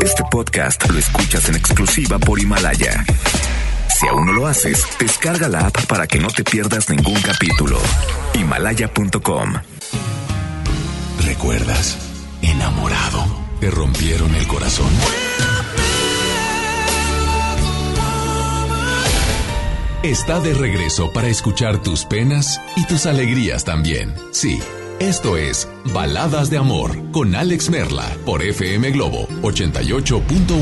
Este podcast lo escuchas en exclusiva por Himalaya. Si aún no lo haces, descarga la app para que no te pierdas ningún capítulo. Himalaya.com. ¿Recuerdas? Enamorado. ¿Te rompieron el corazón? Está de regreso para escuchar tus penas y tus alegrías también. Sí, esto es Baladas de Amor con Alex Merla por FM Globo 88.1.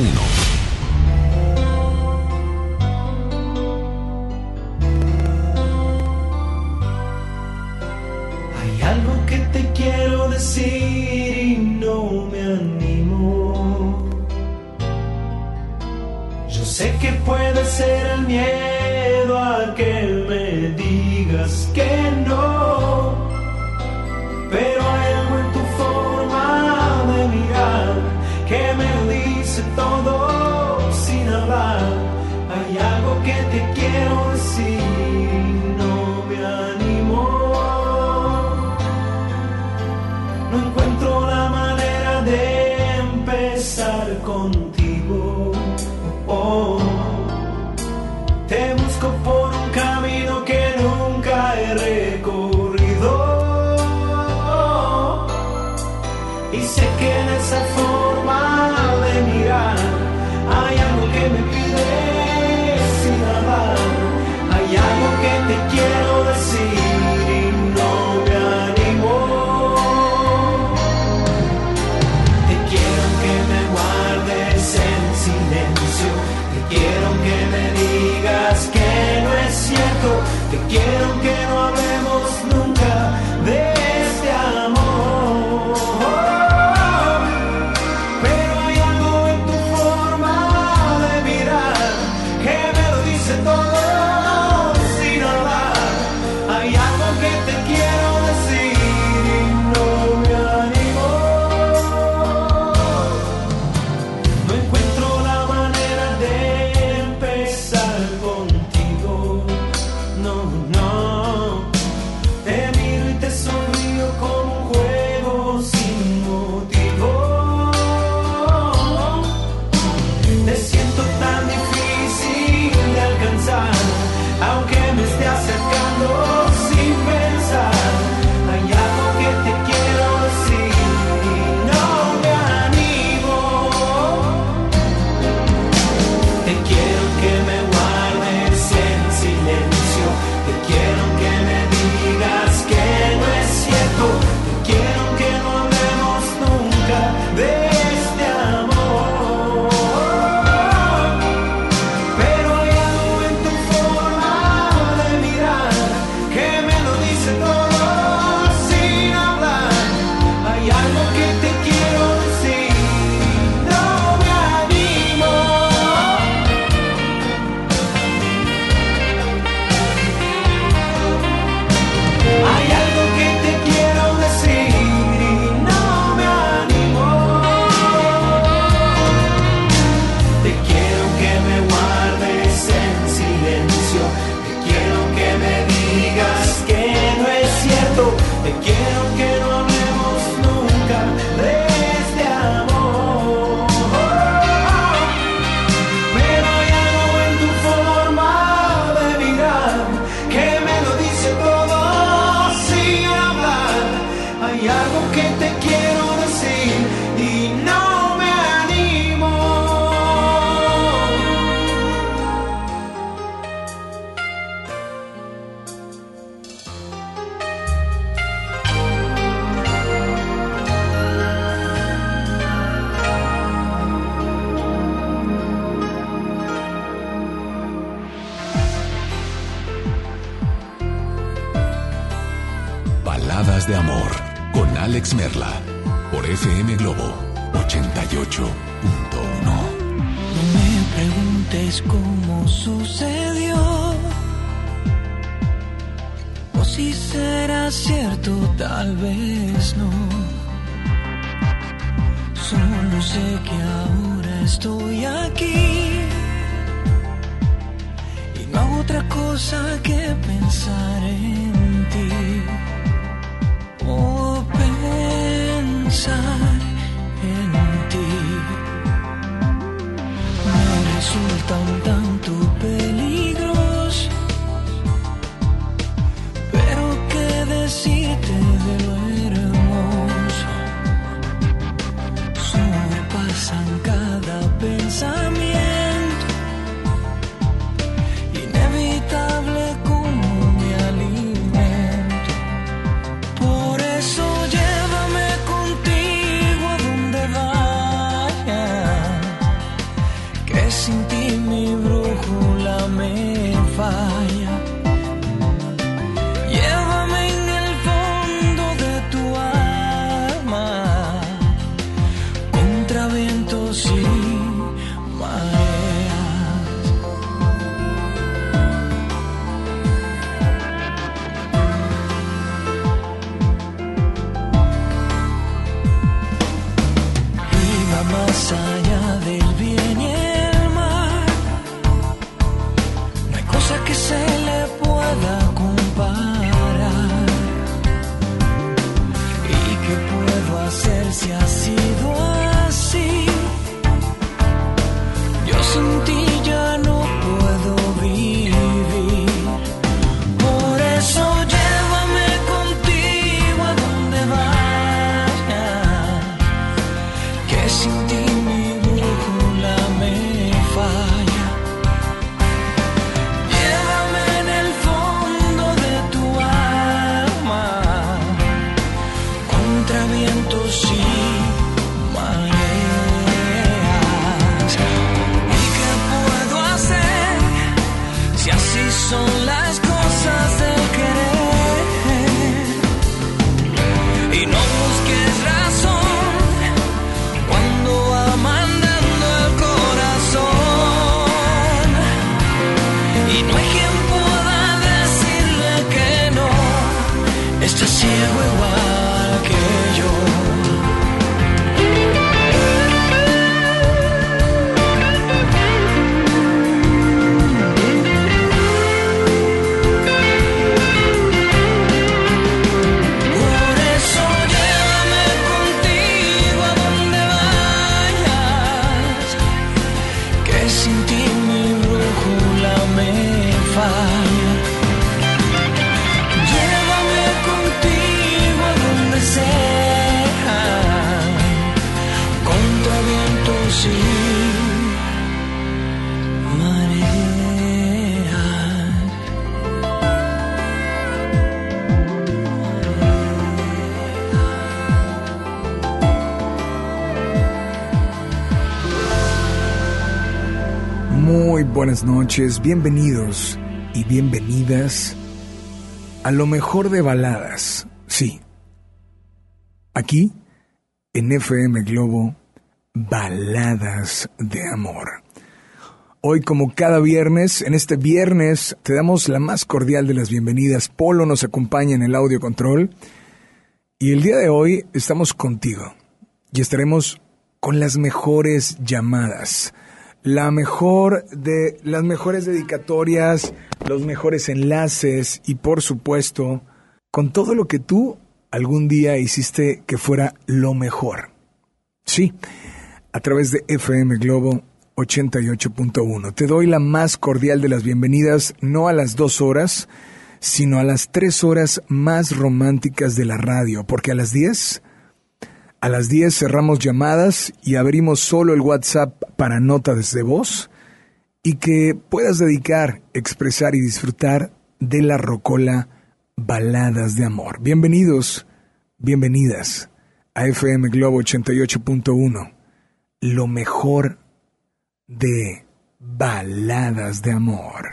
Hay algo que te quiero decir y no me animo. Yo sé que puede ser el miedo a que me digas que no, pero hay algo en tu forma de mirar que me dice todo sin hablar. Hay algo que te quiero decir, no me animo. No encuentro la manera de empezar contigo. Oh. Te busco por un camino que nunca he recorrido. Y sé que en esa forma de mirar hay algo que me pide sin hablar. Hay algo que te quiero decir y no me animo. Te quiero que me guardes en silencio. Te quiero que me digas que no es cierto. Te quiero que no hablemos nunca de este amor. Pero hay algo en tu forma de mirar que me lo dice todo sin hablar. Hay algo que te quiero decir y no me animo. No encuentro la manera de empezar contigo. No, no. Te miro y te sonrío como un juego sin motivo. Te siento tan difícil de alcanzar, aunque me esté acercando sin pensar. Hay algo que te quiero decir y no me animo. Te quiero que me guardes en silencio. Te quiero que me digas que no es cierto. Te quiero que no hablemos nunca de este amor. Pero hay algo en tu forma de mirar que me lo dice todo sin hablar. Hay algo que te quiero decir y no me animo. Hay algo que te quiero decir y no me animo. Te quiero que me guardes en silencio. Te quiero que me digas que no es cierto. Te quiero que no hablemos nunca de este amor. Pero hay algo en tu forma de mirar que me lo dice todo sin hablar. Hay algo que te quiero decir y no me animo. Baladas de Amor con Alex Merla por FM Globo 88.1. No me preguntes cómo sucedió o si será cierto, tal vez no. Solo sé que ahora estoy aquí y no hago otra cosa que pensar en ti. O pensar en ti. resulta un tanto peligroso, pero qué decirte de lo hermoso. Sobrepasan cada pensamiento, inevitable como mi alimento. Por eso llévame contigo a donde vayas, que sin ti mi brújula me falla. Llévame en el fondo de tu alma, contra vientos y mareas. Y va más allá del bien y el mal. No hay cosa que se le pueda comparar. ¿Y qué puedo hacer si ha sido así? Yo sin ti ya no puedo vivir. Por eso llévame contigo a donde vayas, que sin ti mi brújula me falla. Llévame en el fondo de tu alma, contra vientos y mareas. ¿Y qué puedo hacer si así son las cosas del querer? Y no busques razón cuando va mandando el corazón. Y no hay quien pueda decirle que no, está ciego igual que yo. Por eso llévame contigo a donde vayas, que sin ti mi brújula me falla. Llévame contigo a donde sea, contra vientos y mareas. Muy buenas noches, bienvenidos y bienvenidas a lo mejor de baladas. Sí, aquí en FM Globo, Baladas de Amor. Hoy, como cada viernes, en este viernes te damos la más cordial de las bienvenidas. Polo nos acompaña en el audio control y el día de hoy estamos contigo y estaremos con las mejores llamadas, las mejores dedicatorias, los mejores enlaces y, por supuesto, con todo lo que tú algún día hiciste que fuera lo mejor. Sí, a través de FM Globo 88.1. Te doy la más cordial de las bienvenidas, no a las 2 horas, sino a las 3 horas más románticas de la radio, porque a las 10 cerramos llamadas y abrimos solo el WhatsApp para notas de voz y que puedas dedicar, expresar y disfrutar de la rocola Baladas de Amor. Bienvenidos, bienvenidas a FM Globo 88.1, lo mejor de Baladas de Amor.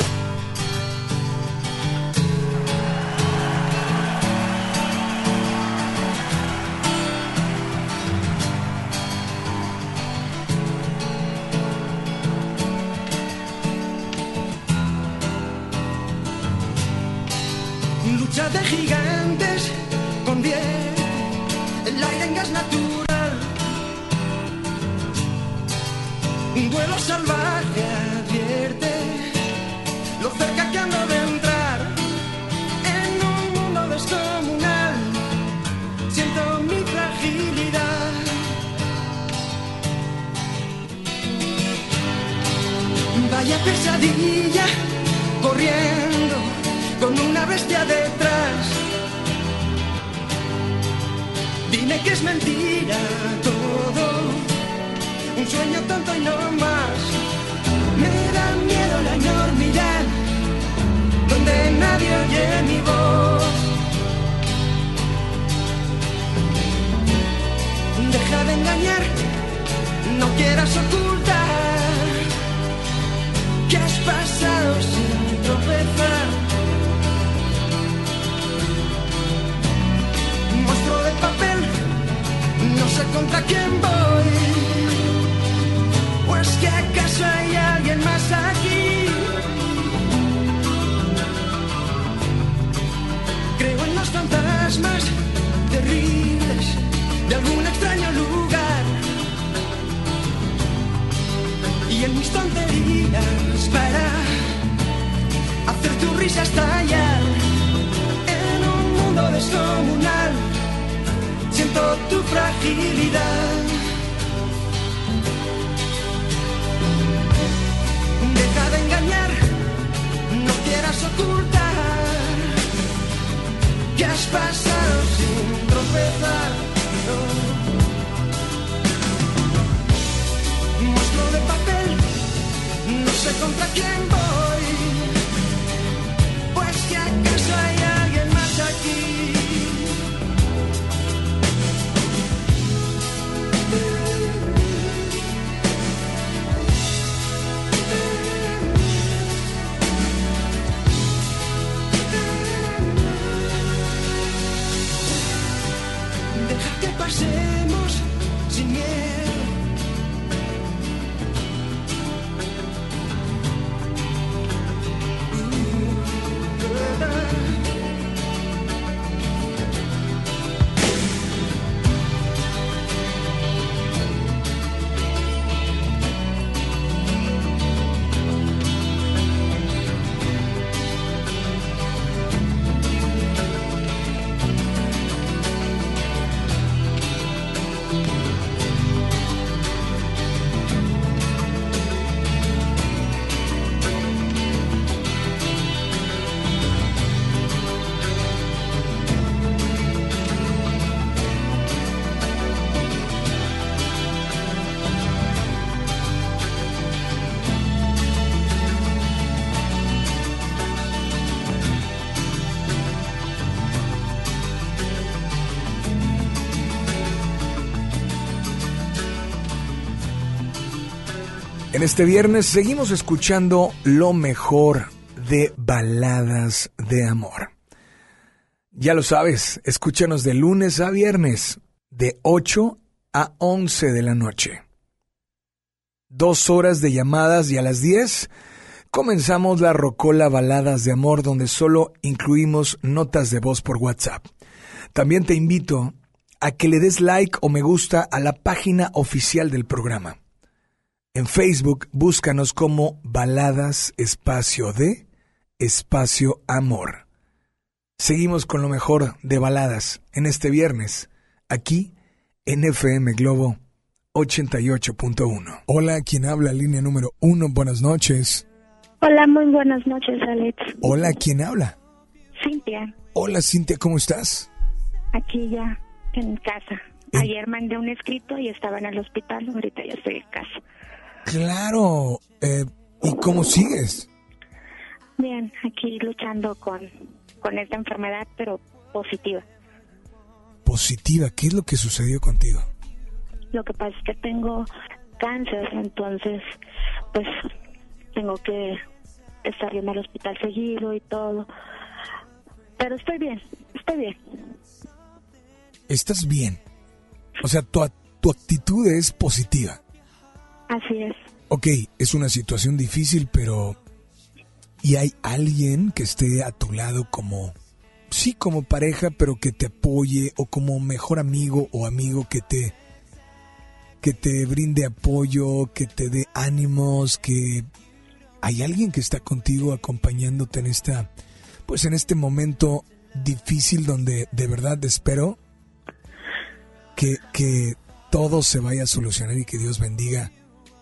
Lucha de gigantes convierte el aire en gas natural. Un vuelo salvaje advierte lo cerca que ando de entrar en un mundo descomunal. Siento mi fragilidad. Vaya pesadilla, corriendo con una bestia detrás. Dime que es mentira todo, un sueño tonto y no más. Me da miedo la enormidad, donde nadie oye mi voz. Deja de engañar, no quieras ocultar que has pasado sin tropezar. Monstruo de papel, no sé contra quién voy. Pues que acaso hay alguien más aquí. Creo en los fantasmas terribles de algún extraño lugar, y en mis tonterías para hacer tu risa estallar. En un mundo descomunal siento tu fragilidad. Deja de engañar, no quieras ocultar que has pasado sin tropezar. Monstruo de papel, no sé contra quién voy. Pues que acaso hay alguien más aquí. Deja que pasemos sin miedo. En este viernes seguimos escuchando lo mejor de Baladas de Amor. Ya lo sabes, escúchanos de lunes a viernes, de 8 a 11 de la noche. 2 horas de llamadas y a las 10 comenzamos la Rocola Baladas de Amor, donde solo incluimos notas de voz por WhatsApp. También te invito a que le des like o me gusta a la página oficial del programa. En Facebook, búscanos como Baladas Espacio de Espacio Amor. Seguimos con lo mejor de baladas en este viernes, aquí en FM Globo 88.1. Hola, ¿quién habla? Línea número 1, buenas noches. Hola, muy buenas noches, Alex. Hola, ¿quién habla? Cintia. Hola, Cintia, ¿cómo estás? Aquí ya, en casa. Ayer mandé un escrito y estaba en el hospital, ahorita ya estoy en casa. Claro, ¿y cómo sigues? Bien, aquí luchando con esta enfermedad, pero positiva. ¿Positiva? ¿Qué es lo que sucedió contigo? Lo que pasa es que tengo cáncer, entonces, pues, tengo que estar yendo al hospital seguido y todo. Pero estoy bien, estoy bien. ¿Estás bien? O sea, tu actitud es positiva. Así es. Ok, es una situación difícil, pero ¿y hay alguien que esté a tu lado como, sí, como pareja, pero que te apoye, o como mejor amigo o amigo que te brinde apoyo, que te dé ánimos, que hay alguien que está contigo acompañándote en en este momento difícil donde de verdad espero que todo se vaya a solucionar y que Dios bendiga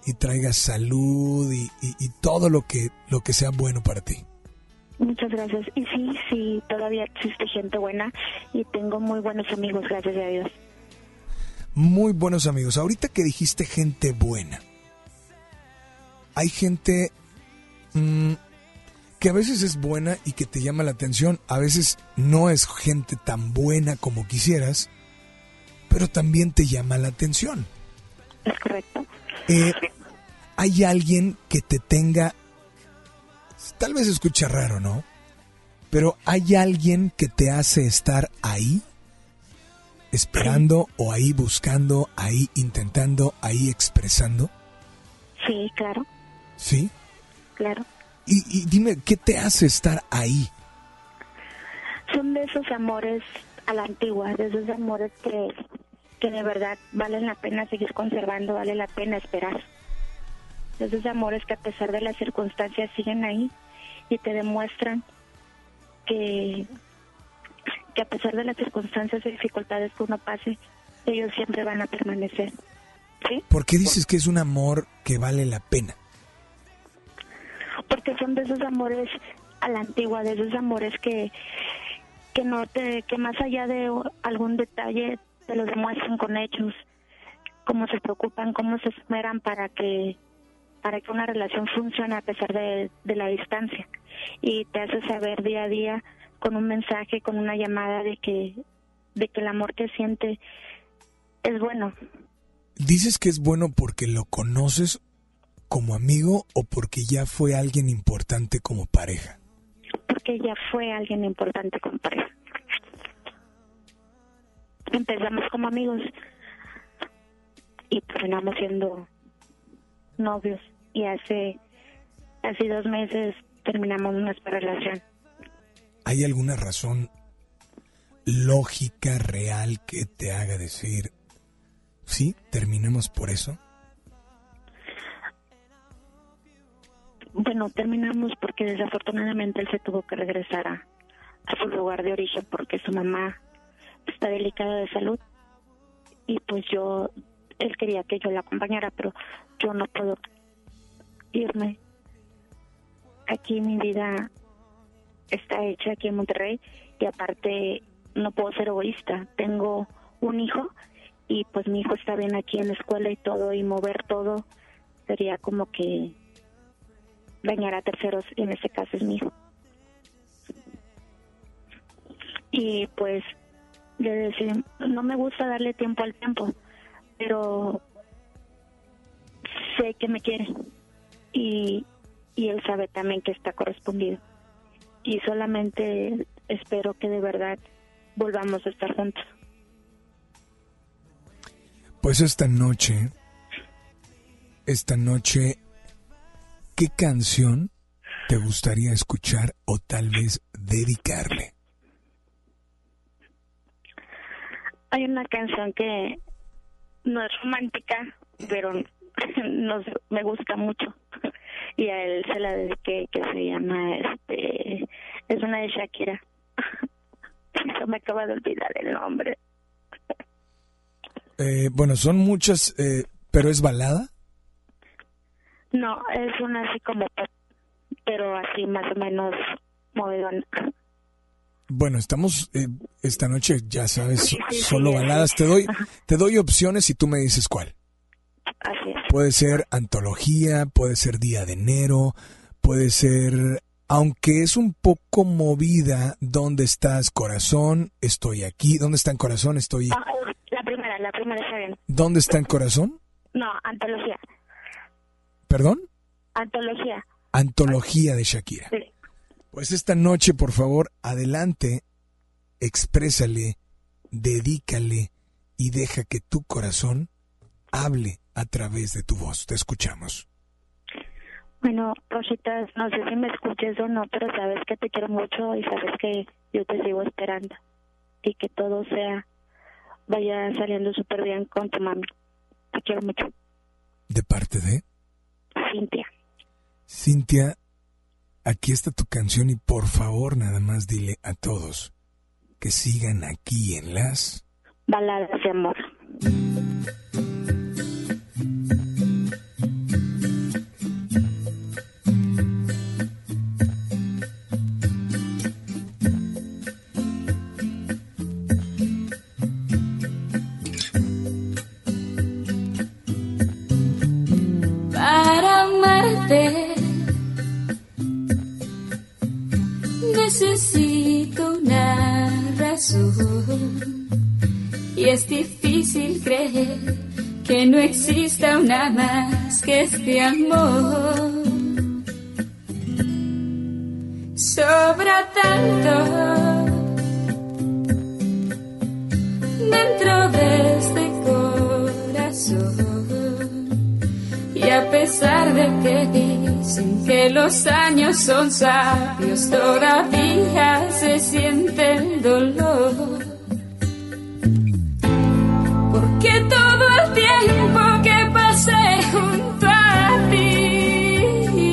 y traiga salud y todo lo que sea bueno para ti. Muchas gracias. Y sí, todavía existe gente buena y tengo muy buenos amigos, gracias a Dios. Muy buenos amigos. Ahorita que dijiste gente buena, hay gente que a veces es buena y que te llama la atención. A veces no es gente tan buena como quisieras, pero también te llama la atención. ¿Es correcto? Hay alguien que te tenga, tal vez escucha raro, ¿no? Pero hay alguien que te hace estar ahí, esperando, o ahí buscando, ahí intentando, ahí expresando. Sí, claro. ¿Sí? Claro. Y dime, ¿qué te hace estar ahí? Son de esos amores a la antigua, de esos amores que de verdad valen la pena seguir conservando, vale la pena esperar. De esos amores que a pesar de las circunstancias siguen ahí y te demuestran que a pesar de las circunstancias y dificultades que uno pase, ellos siempre van a permanecer. ¿Sí? ¿Por qué dices que es un amor que vale la pena? Porque son de esos amores a la antigua, de esos amores que más allá de algún detalle te lo demuestran con hechos, cómo se preocupan, cómo se esmeran para que una relación funcione a pesar de la distancia, y te hace saber día a día con un mensaje, con una llamada de que el amor que siente es bueno. ¿Dices que es bueno porque lo conoces como amigo o porque ya fue alguien importante como pareja? Porque ya fue alguien importante como pareja. Empezamos como amigos y terminamos siendo novios, y hace 2 meses terminamos nuestra relación. ¿Hay alguna razón lógica, real, que te haga decir, sí, terminamos por eso? Bueno, terminamos porque desafortunadamente él se tuvo que regresar a su lugar de origen porque su mamá está delicada de salud, y pues él quería que yo la acompañara, pero yo no puedo irme. Aquí mi vida está hecha aquí en Monterrey, y aparte no puedo ser egoísta. Tengo un hijo y pues mi hijo está bien aquí en la escuela y todo, y mover todo sería como que dañar a terceros, y en este caso es mi hijo. Y pues le decía, no me gusta darle tiempo al tiempo, pero sé que me quiere, y él sabe también que está correspondido, y solamente espero que de verdad volvamos a estar juntos. Pues esta noche, ¿qué canción te gustaría escuchar o tal vez dedicarle? Hay una canción que no es romántica, pero me gusta mucho, y a él se la dediqué, que se llama es una de Shakira. Se me acaba de olvidar el nombre. Bueno, son muchas, pero ¿es balada? No, es una así como pop, pero así más o menos movedona. Bueno, estamos esta noche, ya sabes, Sí, solo baladas. Te doy opciones y tú me dices cuál. Así es. Puede ser antología, puede ser Día de Enero, puede ser, aunque es un poco movida, ¿dónde estás, corazón? Estoy aquí. ¿Dónde está en corazón? Estoy... La primera está bien. ¿Dónde está en corazón? No, antología. ¿Perdón? Antología. Antología de Shakira. Sí. Pues esta noche, por favor, adelante, exprésale, dedícale y deja que tu corazón hable a través de tu voz. Te escuchamos. Bueno, Rosita, no sé si me escuches o no, pero sabes que te quiero mucho y sabes que yo te sigo esperando, y que todo vaya saliendo súper bien con tu mami. Te quiero mucho. ¿De parte de? Cintia. Cintia, aquí está tu canción y por favor nada más dile a todos que sigan aquí en las Baladas de amor. vez. Necesito una razón y es difícil creer que no exista una más que este amor. Sobra tanto dentro de este corazón, y a pesar de que dicen que los años son sabios, todavía se siente el dolor. Porque todo el tiempo que pasé junto a ti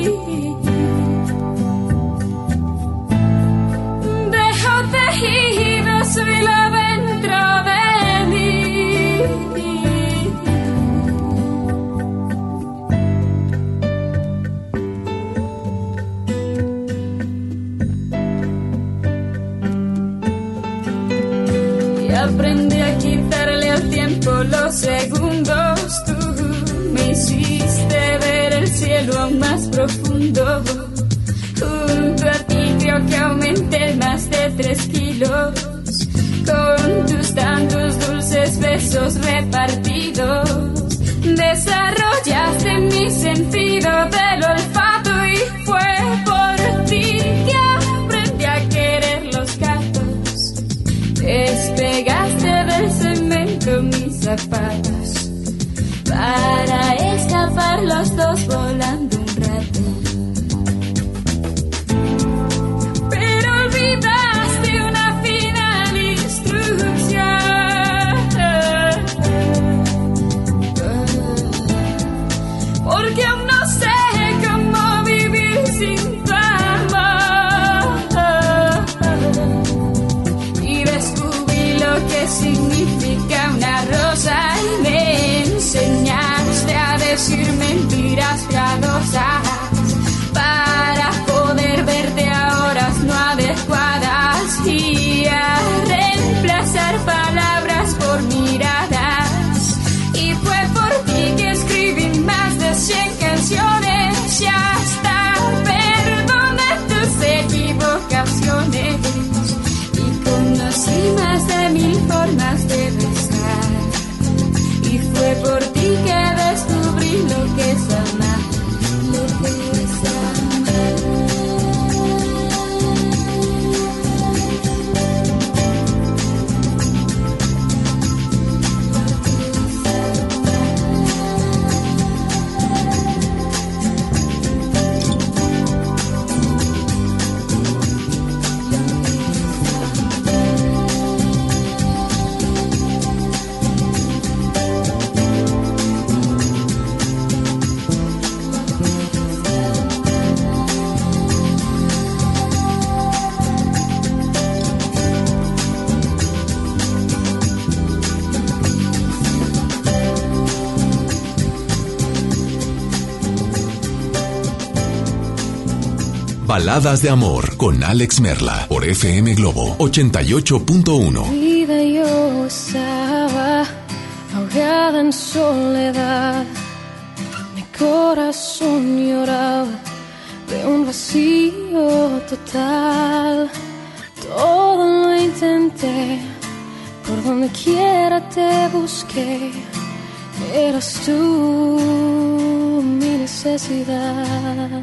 dejó tejidos su hilo dentro de mí. Y aprendí a quitarle al tiempo los segundos. Tú me hiciste ver el cielo aún más profundo. Junto a ti creo que aumenté más de 3 kilos. Con tus tantos dulces besos repartidos, desarrollaste mi sentido del olfato, y fue por ti que aprendí a querer los gatos. Despegaste del cemento mis zapatos para escapar los dos volando un rato. Pero olvidaste una final instrucción, porque aún no sé cómo vivir sin tu amor. Y descubrí lo que significa una rosa, y me enseñaste a decir mentiras piadosas para poder verte a horas no adecuadas, y a reemplazar palabras por miradas. Y fue por ti que escribí más de 100 canciones, y hasta perdoné tus equivocaciones, y conocí más de 1000 formas de besar. Y fue por ti que descubrí lo que es amar, lo que es Baladas de amor con Alex Merla por FM Globo 88.1. Vida yo estaba ahogada en soledad, mi corazón lloraba de un vacío total. Todo lo intenté, por donde quiera te busqué, eras tú mi necesidad.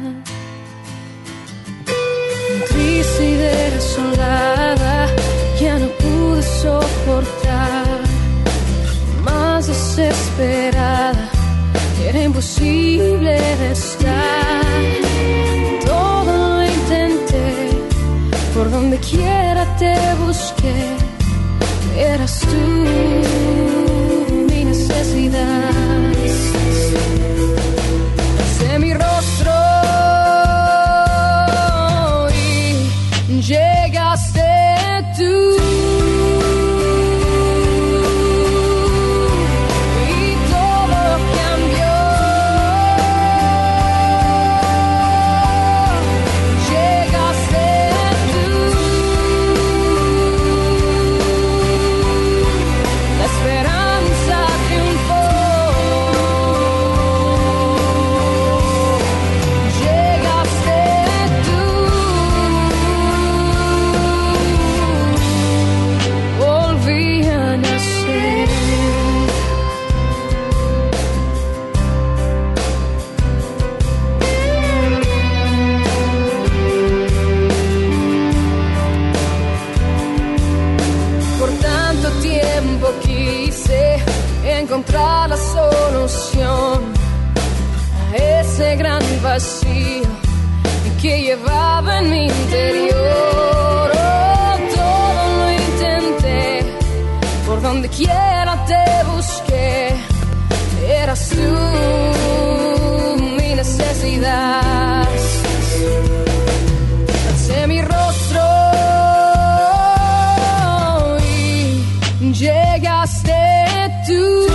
Triste y desolada, ya no pude soportar, más desesperada, era imposible de estar. Todo lo intenté, por donde quiera te busqué, eras tú mi necesidad. Sé mi rostro y llegaste tú. ese gran vacío que llevaba en mi interior. Oh, todo lo intenté, por donde quiera te busqué. Eras tú mi necesidad. Alcé mi rostro y llegaste tú.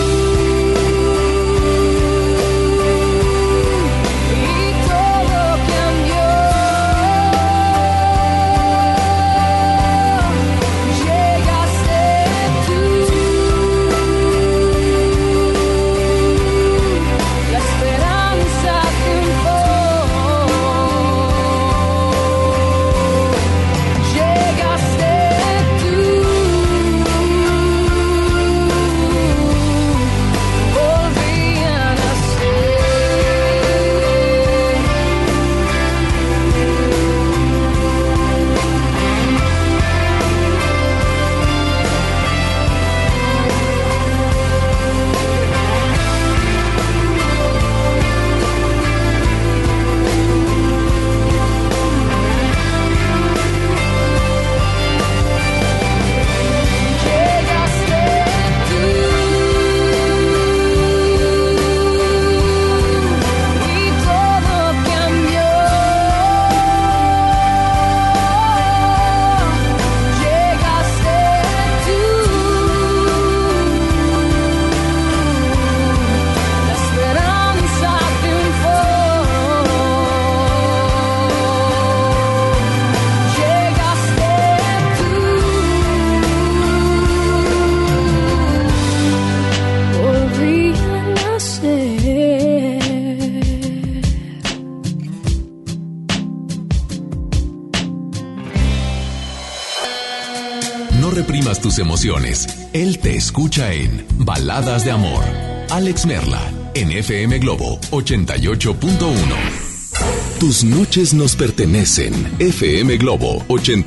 Tus emociones. Él te escucha en Baladas de Amor. Alex Merla, en FM Globo 88.1. Tus noches nos pertenecen. FM Globo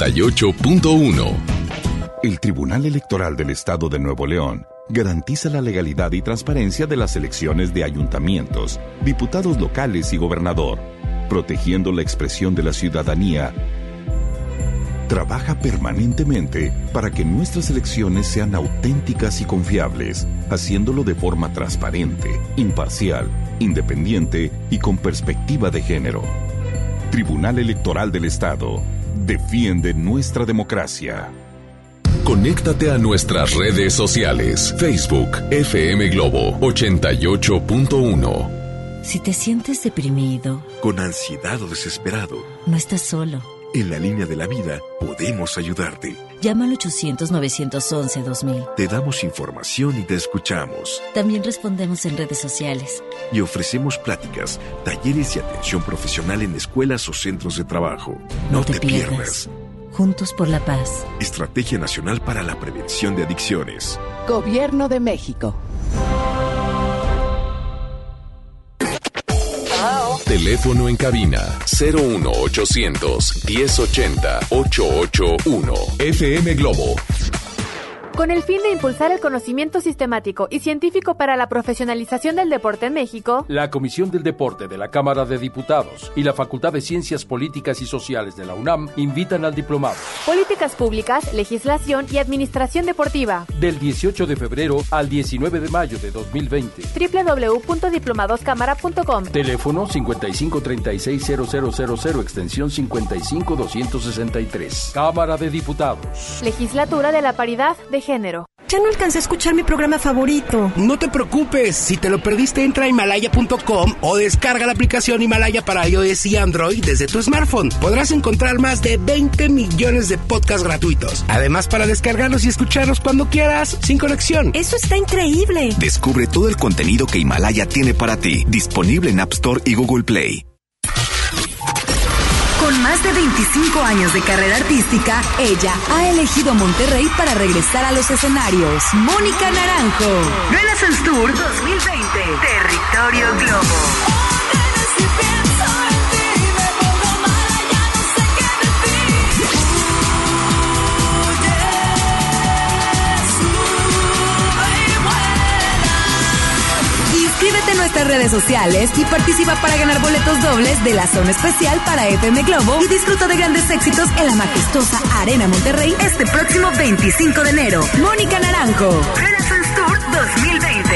88.1. El Tribunal Electoral del Estado de Nuevo León garantiza la legalidad y transparencia de las elecciones de ayuntamientos, diputados locales y gobernador, protegiendo la expresión de la ciudadanía. Trabaja permanentemente para que nuestras elecciones sean auténticas y confiables, haciéndolo de forma transparente, imparcial, independiente y con perspectiva de género. Tribunal Electoral del Estado. Defiende nuestra democracia. Conéctate a nuestras redes sociales. Facebook, FM Globo 88.1. Si te sientes deprimido, con ansiedad o desesperado, no estás solo. En la línea de la vida podemos ayudarte. Llama al 800-911-2000. Te damos información y te escuchamos. También respondemos en redes sociales. Y ofrecemos pláticas, talleres y atención profesional en escuelas o centros de trabajo. No te pierdas. Juntos por la paz. Estrategia Nacional para la Prevención de Adicciones. Gobierno de México. Teléfono en cabina 01800 1080 881. FM Globo. Con el fin de impulsar el conocimiento sistemático y científico para la profesionalización del deporte en México, la Comisión del Deporte de la Cámara de Diputados y la Facultad de Ciencias Políticas y Sociales de la UNAM invitan al diplomado Políticas Públicas, Legislación y Administración Deportiva del 18 de febrero al 19 de mayo de 2020. www.diplomadoscámara.com. Teléfono 55360000 extensión 55263. Cámara de Diputados. Legislatura de la Paridad de Género. Ya no alcancé a escuchar mi programa favorito. No te preocupes, si te lo perdiste entra a Himalaya.com o descarga la aplicación Himalaya para iOS y Android desde tu smartphone. Podrás encontrar más de 20 millones de podcasts gratuitos. Además, para descargarlos y escucharlos cuando quieras, sin conexión. ¡Eso está increíble! Descubre todo el contenido que Himalaya tiene para ti, disponible en App Store y Google Play. Con más de 25 años de carrera artística, ella ha elegido Monterrey para regresar a los escenarios. Mónica Naranjo. Renaissance Tour 2020. Territorio Globo. Inscríbete en nuestras redes redes sociales y participa para ganar boletos dobles de la zona especial para FM Globo y disfruta de grandes éxitos en la majestuosa Arena Monterrey este próximo 25 de enero. Mónica Naranjo, Renaissance Tour 2020.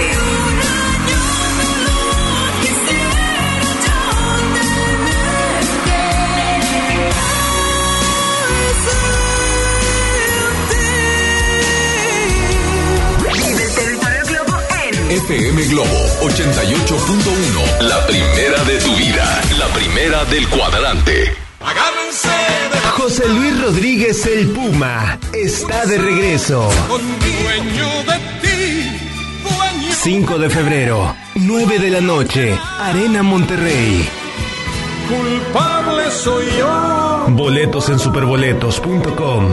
FM Globo 88.1, la primera de tu vida, la primera del cuadrante. José Luis Rodríguez el Puma está de regreso. 5 de febrero, 9 de la noche, Arena Monterrey. Culpable soy yo. Boletos en superboletos.com.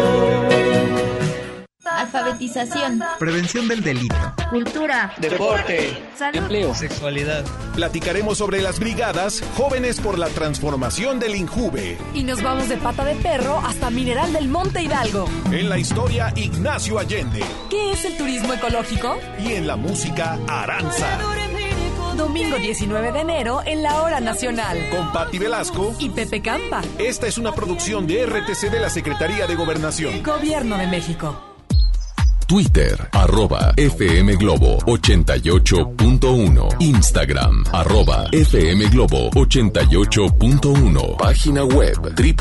Alfabetización. Prevención del delito. Cultura. Deporte. Salud. Empleo. Sexualidad. Platicaremos sobre las brigadas Jóvenes por la Transformación del INJUVE. Y nos vamos de Pata de Perro hasta Mineral del Monte Hidalgo. En la historia, Ignacio Allende. ¿Qué es el turismo ecológico? Y en la música, Aranza. Domingo 19 de enero en la Hora Nacional. Con Patti Velasco y Pepe Campa. Esta es una producción de RTC de la Secretaría de Gobernación. Gobierno de México. Twitter, @FM Globo 88.1. Instagram, @FM Globo 88.1. Página web,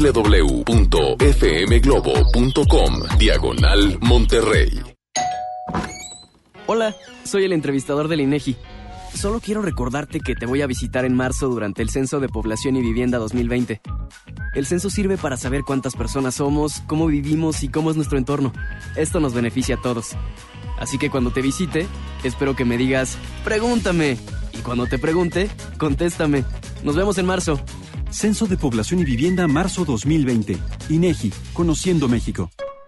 www.fmglobo.com/Monterrey. Hola, soy el entrevistador del INEGI. Solo quiero recordarte que te voy a visitar en marzo durante el Censo de Población y Vivienda 2020. El censo sirve para saber cuántas personas somos, cómo vivimos y cómo es nuestro entorno. Esto nos beneficia a todos. Así que cuando te visite, espero que me digas, pregúntame. Y cuando te pregunte, contéstame. Nos vemos en marzo. Censo de Población y Vivienda marzo 2020. INEGI, Conociendo México.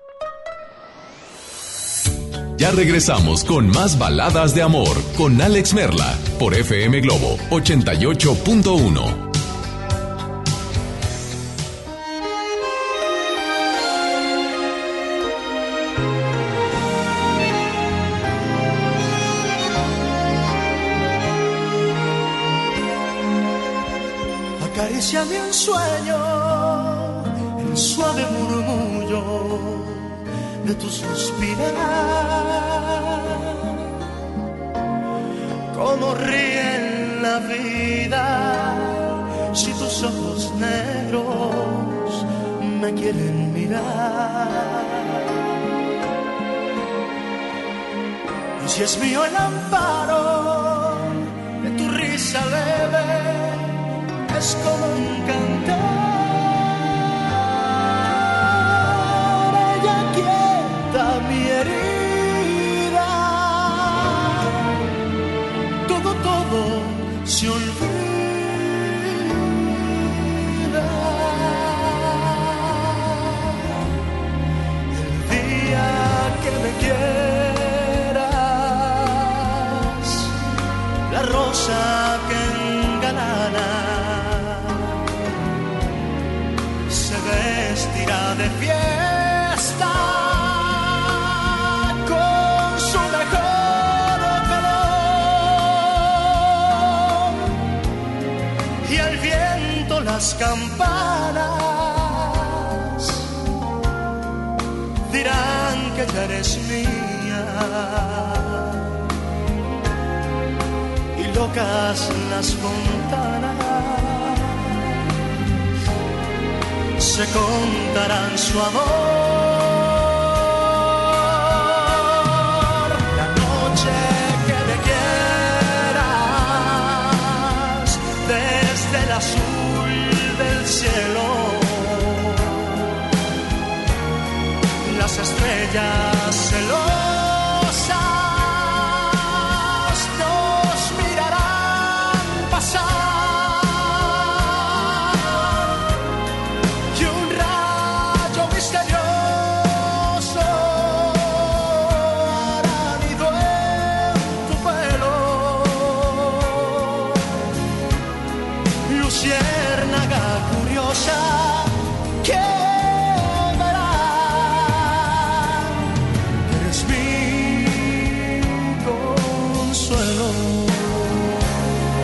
Ya regresamos con más baladas de amor con Alex Merla por FM Globo 88.1. Acaríciame un sueño, el suave murmullo de tu suspirar, como ríe la vida si tus ojos negros me quieren mirar. Y si es mío el amparo de tu risa leve, es como un cantar. Mi herida, todo se olvida. El día que me quieras, la rosa que engalana se vestirá de fiesta. Las campanas dirán que ya eres mía y locas las fontanas se contarán su amor. La noche que me quieras desde el azul del cielo, las estrellas celosas nos mirarán pasar y un rayo misterioso hará nido en tu pelo. Luciérnaga curiosa que verá que eres mi consuelo.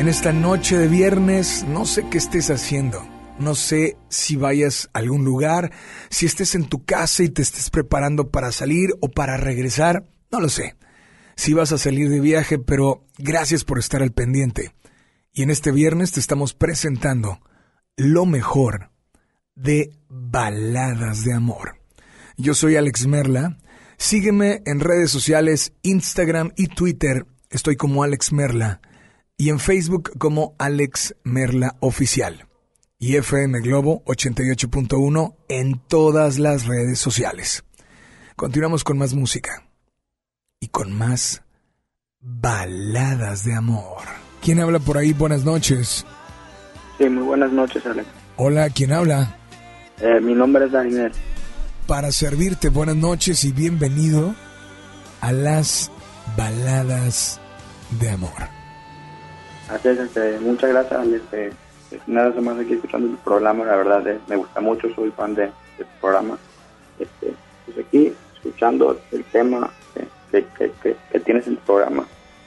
en esta noche de viernes. No sé qué estés haciendo. No sé si vayas a algún lugar, si estés en tu casa y te estés preparando para salir o para regresar. No lo sé. Si vas a salir de viaje, pero gracias por estar al pendiente. Y en este viernes te estamos presentando lo mejor de Baladas de Amor. Yo soy Alex Merla. Sígueme en redes sociales, Instagram y Twitter. Estoy como Alex Merla. Y en Facebook como Alex Merla Oficial. Y FM Globo 88.1 en todas las redes sociales. Continuamos con más música. Y con más baladas de amor. ¿Quién habla por ahí? Buenas noches. Sí, muy buenas noches, Alex. Hola, ¿quién habla? Mi nombre es Daniel. Para servirte, buenas noches y bienvenido a las baladas de amor. Así es, muchas gracias, Alex. Nada más aquí escuchando tu programa, la verdad me gusta mucho, soy fan de tu programa. Pues aquí escuchando el tema que tienes en tu programa.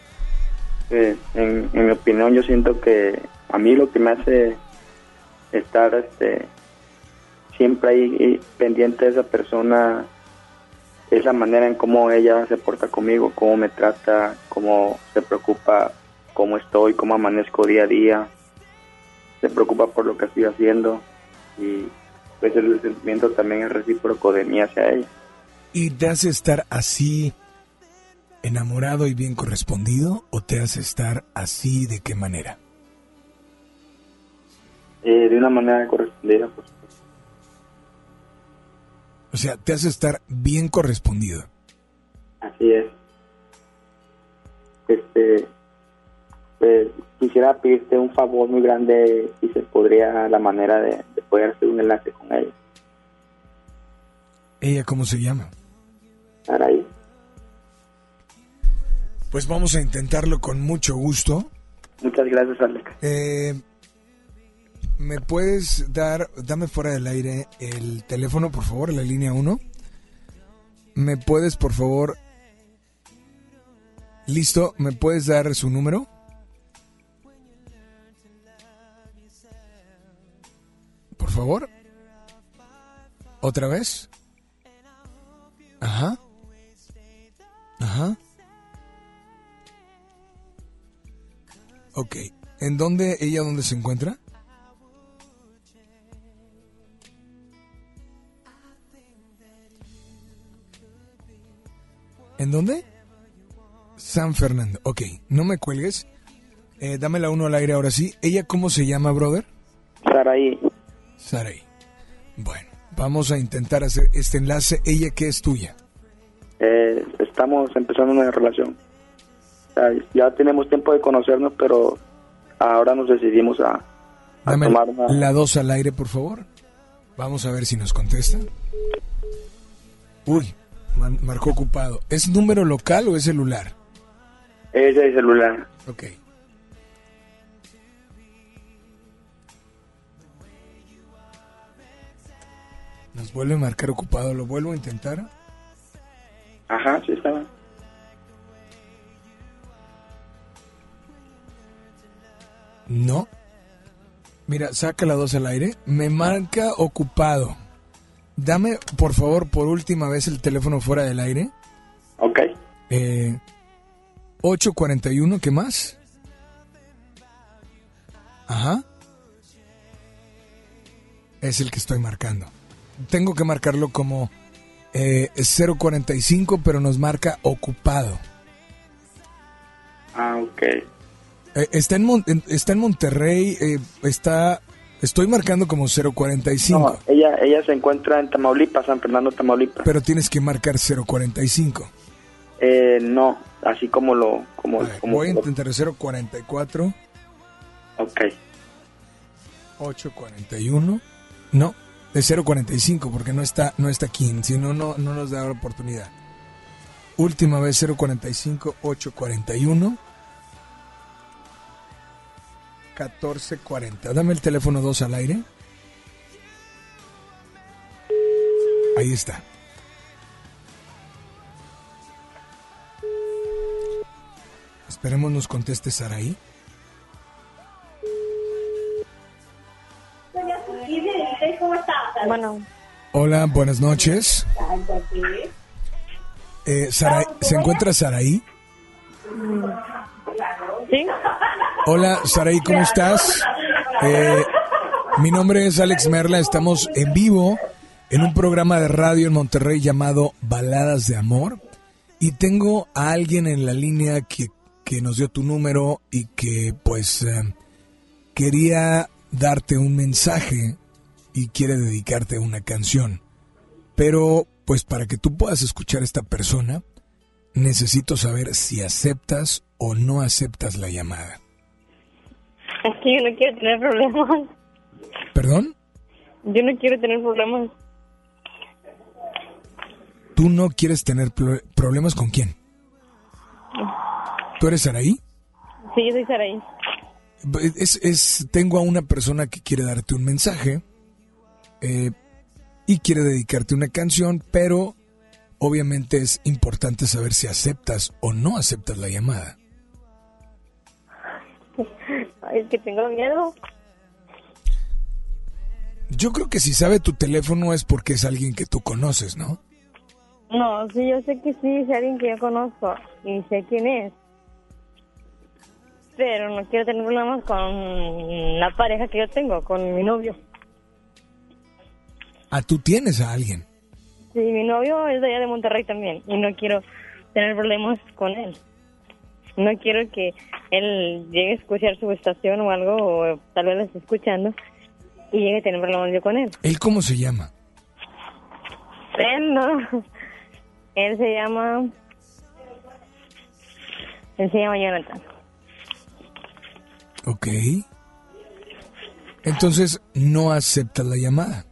En mi opinión, yo siento que a mí lo que me hace estar siempre ahí pendiente de esa persona es la manera en cómo ella se porta conmigo, cómo me trata, cómo se preocupa, cómo estoy, cómo amanezco día a día, se preocupa por lo que estoy haciendo y pues el sentimiento también es recíproco de mí hacia ella. ¿Y te hace estar así enamorado y bien correspondido o te hace estar así de qué manera? De una manera correspondida, pues. O sea, te hace estar bien correspondido. Así es. Pues quisiera pedirte un favor muy grande, si se podría, la manera de poder hacer un enlace con ella. ¿Ella cómo se llama? Saraí. Pues vamos a intentarlo con mucho gusto. Muchas gracias, Alex. ¿Me puedes dame fuera del aire el teléfono, por favor, la línea 1? ¿Me puedes, por favor? ¿Listo? ¿Me puedes dar su número? Por favor. ¿Otra vez? Ajá. Ajá. Ok. ¿En dónde se encuentra? ¿En dónde? San Fernando. Ok, no me cuelgues. Dame la 1 al aire ahora sí. ¿Ella cómo se llama, brother? Saraí. Saraí. Bueno, vamos a intentar hacer este enlace. ¿Ella qué es tuya? Estamos empezando una relación. Ya tenemos tiempo de conocernos, pero ahora nos decidimos a Dame tomar una... la 2 al aire, por favor. Vamos a ver si nos contesta. Uy, marcó ocupado. ¿Es número local o es celular? Es el celular. Ok. Nos vuelve a marcar ocupado. ¿Lo vuelvo a intentar? Ajá, sí estaba. No. Mira, saca la 2 al aire. Me marca ocupado. Dame, por favor, por última vez el teléfono fuera del aire. Ok. 841, ¿qué más? Ajá. Es el que estoy marcando. Tengo que marcarlo como 045, pero nos marca ocupado. Ah, ok. Está en Monterrey, estoy marcando como 045. No, ella se encuentra en Tamaulipas, San Fernando, Tamaulipas. Pero tienes que marcar 045. No, así como lo... Voy a intentar 044. Ok. 841. No, es 045 porque no está aquí, si no nos da la oportunidad. Última vez 045 841 1440. Dame el teléfono 2 al aire. Ahí está. Esperemos nos conteste Saraí. Bueno. Hola, buenas noches. ¿Se encuentra Saraí? Sí. Hola, Saraí, ¿cómo estás? Mi nombre es Alex Merla, estamos en vivo en un programa de radio en Monterrey llamado Baladas de Amor y tengo a alguien en la línea que nos dio tu número y que pues quería darte un mensaje y quiere dedicarte una canción. Pero pues para que tú puedas escuchar a esta persona, necesito saber si aceptas o no aceptas la llamada. Es que yo no quiero tener problemas. ¿Perdón? Yo no quiero tener problemas. ¿Tú no quieres tener problemas con quién? ¿Tú eres Saraí? Sí, yo soy Saraí. Tengo a una persona que quiere darte un mensaje y quiere dedicarte una canción, pero obviamente es importante saber si aceptas o no aceptas la llamada. Ay, es que tengo miedo. Yo creo que si sabe tu teléfono es porque es alguien que tú conoces, ¿no? No, sí, yo sé que sí, es alguien que yo conozco y sé quién es. Pero no quiero tener problemas con la pareja que yo tengo, con mi novio. Ah, tú tienes a alguien. Sí, mi novio es de allá de Monterrey también y no quiero tener problemas con él. No quiero que él llegue a escuchar su estación o algo, o tal vez la esté escuchando y llegue a tener problemas yo con él. ¿Él cómo se llama? Él no. Él se llama Jonathan. Ok. Entonces, ¿no aceptas la llamada?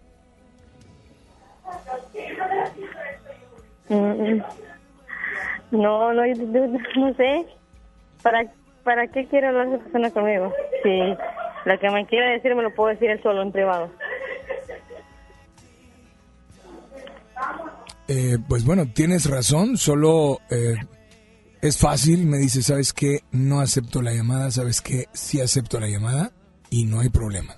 No sé. ¿Para qué quiere hablar esa persona conmigo? Si lo que me quiere decir me lo puedo decir él solo en privado. Pues bueno, tienes razón, solo es fácil, me dice, ¿sabes qué? No acepto la llamada, ¿sabes qué? Sí acepto la llamada y no hay problema.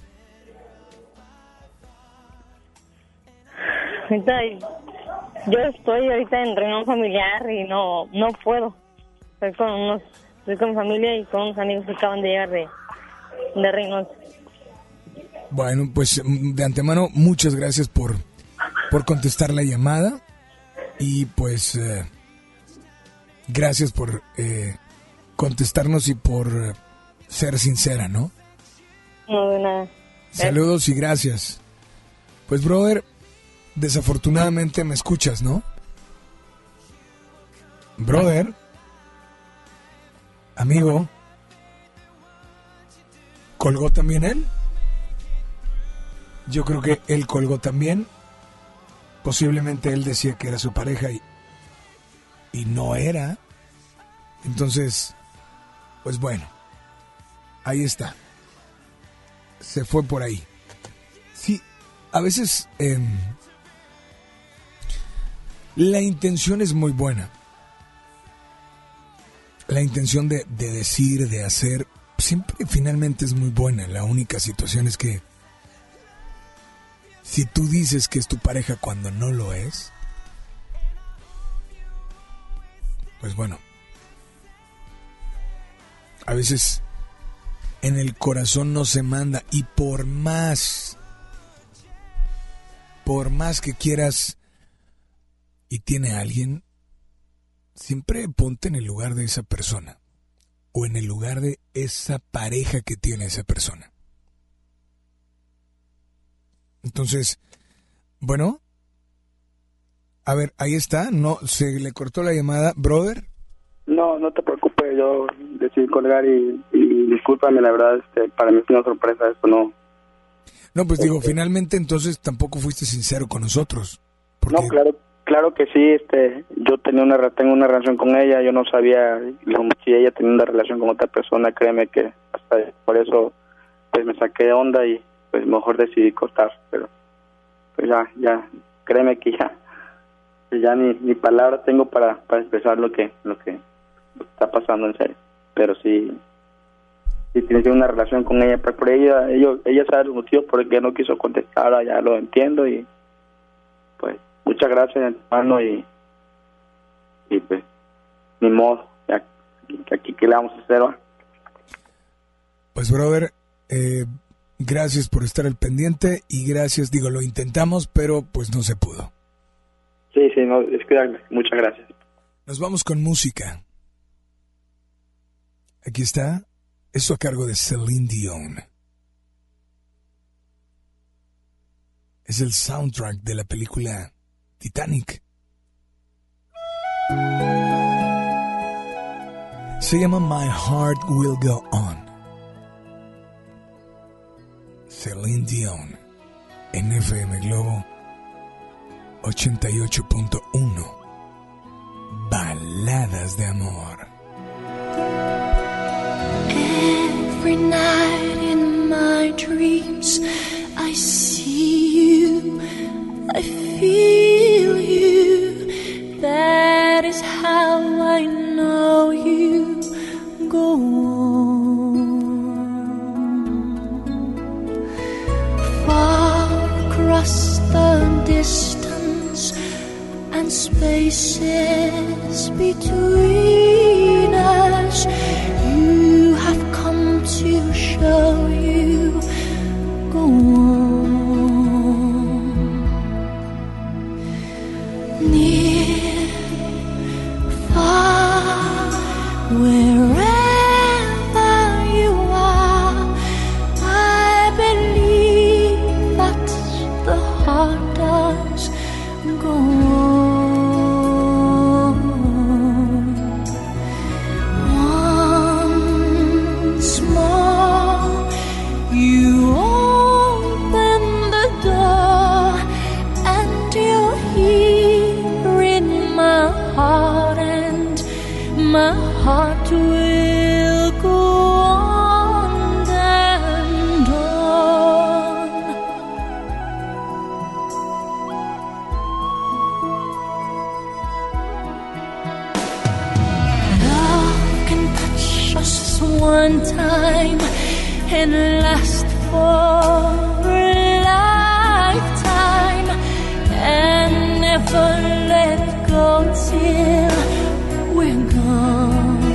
Yo estoy ahorita en reunión familiar y no puedo. Estoy con mi familia y con unos amigos que acaban de llegar de Reynosa. Bueno, pues de antemano, muchas gracias por contestar la llamada y pues gracias por contestarnos y por ser sincera, ¿no? No, de nada. Saludos y gracias. Pues, brother, desafortunadamente me escuchas, ¿no? Brother, amigo, ¿colgó también él? Yo creo que él colgó también. Posiblemente él decía que era su pareja y no era. Entonces, pues bueno, ahí está. Se fue por ahí. Sí, a veces la intención es muy buena. La intención de decir, de hacer, siempre finalmente es muy buena. La única situación es que si tú dices que es tu pareja cuando no lo es, pues bueno, a veces en el corazón no se manda y por más que quieras y tiene a alguien, siempre ponte en el lugar de esa persona o en el lugar de esa pareja que tiene esa persona. Entonces, bueno, a ver, ahí está, no se le cortó la llamada, brother. No te preocupes, yo decidí colgar y discúlpame, la verdad, para mí es una sorpresa esto, no. No, pues digo, finalmente entonces tampoco fuiste sincero con nosotros. Porque... No, claro que sí, yo tengo una relación con ella, yo no sabía si ella tenía una relación con otra persona, créeme que hasta por eso pues me saqué de onda y pues mejor decidí cortar, pero pues ya, créeme que ya ni palabras tengo para expresar lo que está pasando en serio, pero sí tienes una relación con ella, pero por ella sabe los motivos por el que no quiso contestar, ya lo entiendo y pues muchas gracias, hermano, y pues ni modo, aquí que le vamos a hacer, ¿va? Pues, brother, gracias por estar al pendiente y gracias, lo intentamos, pero pues no se pudo. Sí, no, cuídame, muchas gracias. Nos vamos con música. Aquí está, eso a cargo de Celine Dion. Es el soundtrack de la película Titanic. Se llama My Heart Will Go On. Celine Dion en FM Globo 88.1. Baladas de amor. Every night in my dreams I see you, I feel you. That is how I know you. Go on. Far across the distance and spaces between us, you have come to show you. Go on. Near, far, wherever you are, I believe that the heart does go on. Once more, you open the door, and you're here in my heart, and my heart will go on and on. Love can touch us one time and last for a lifetime, and never let go till we're gone.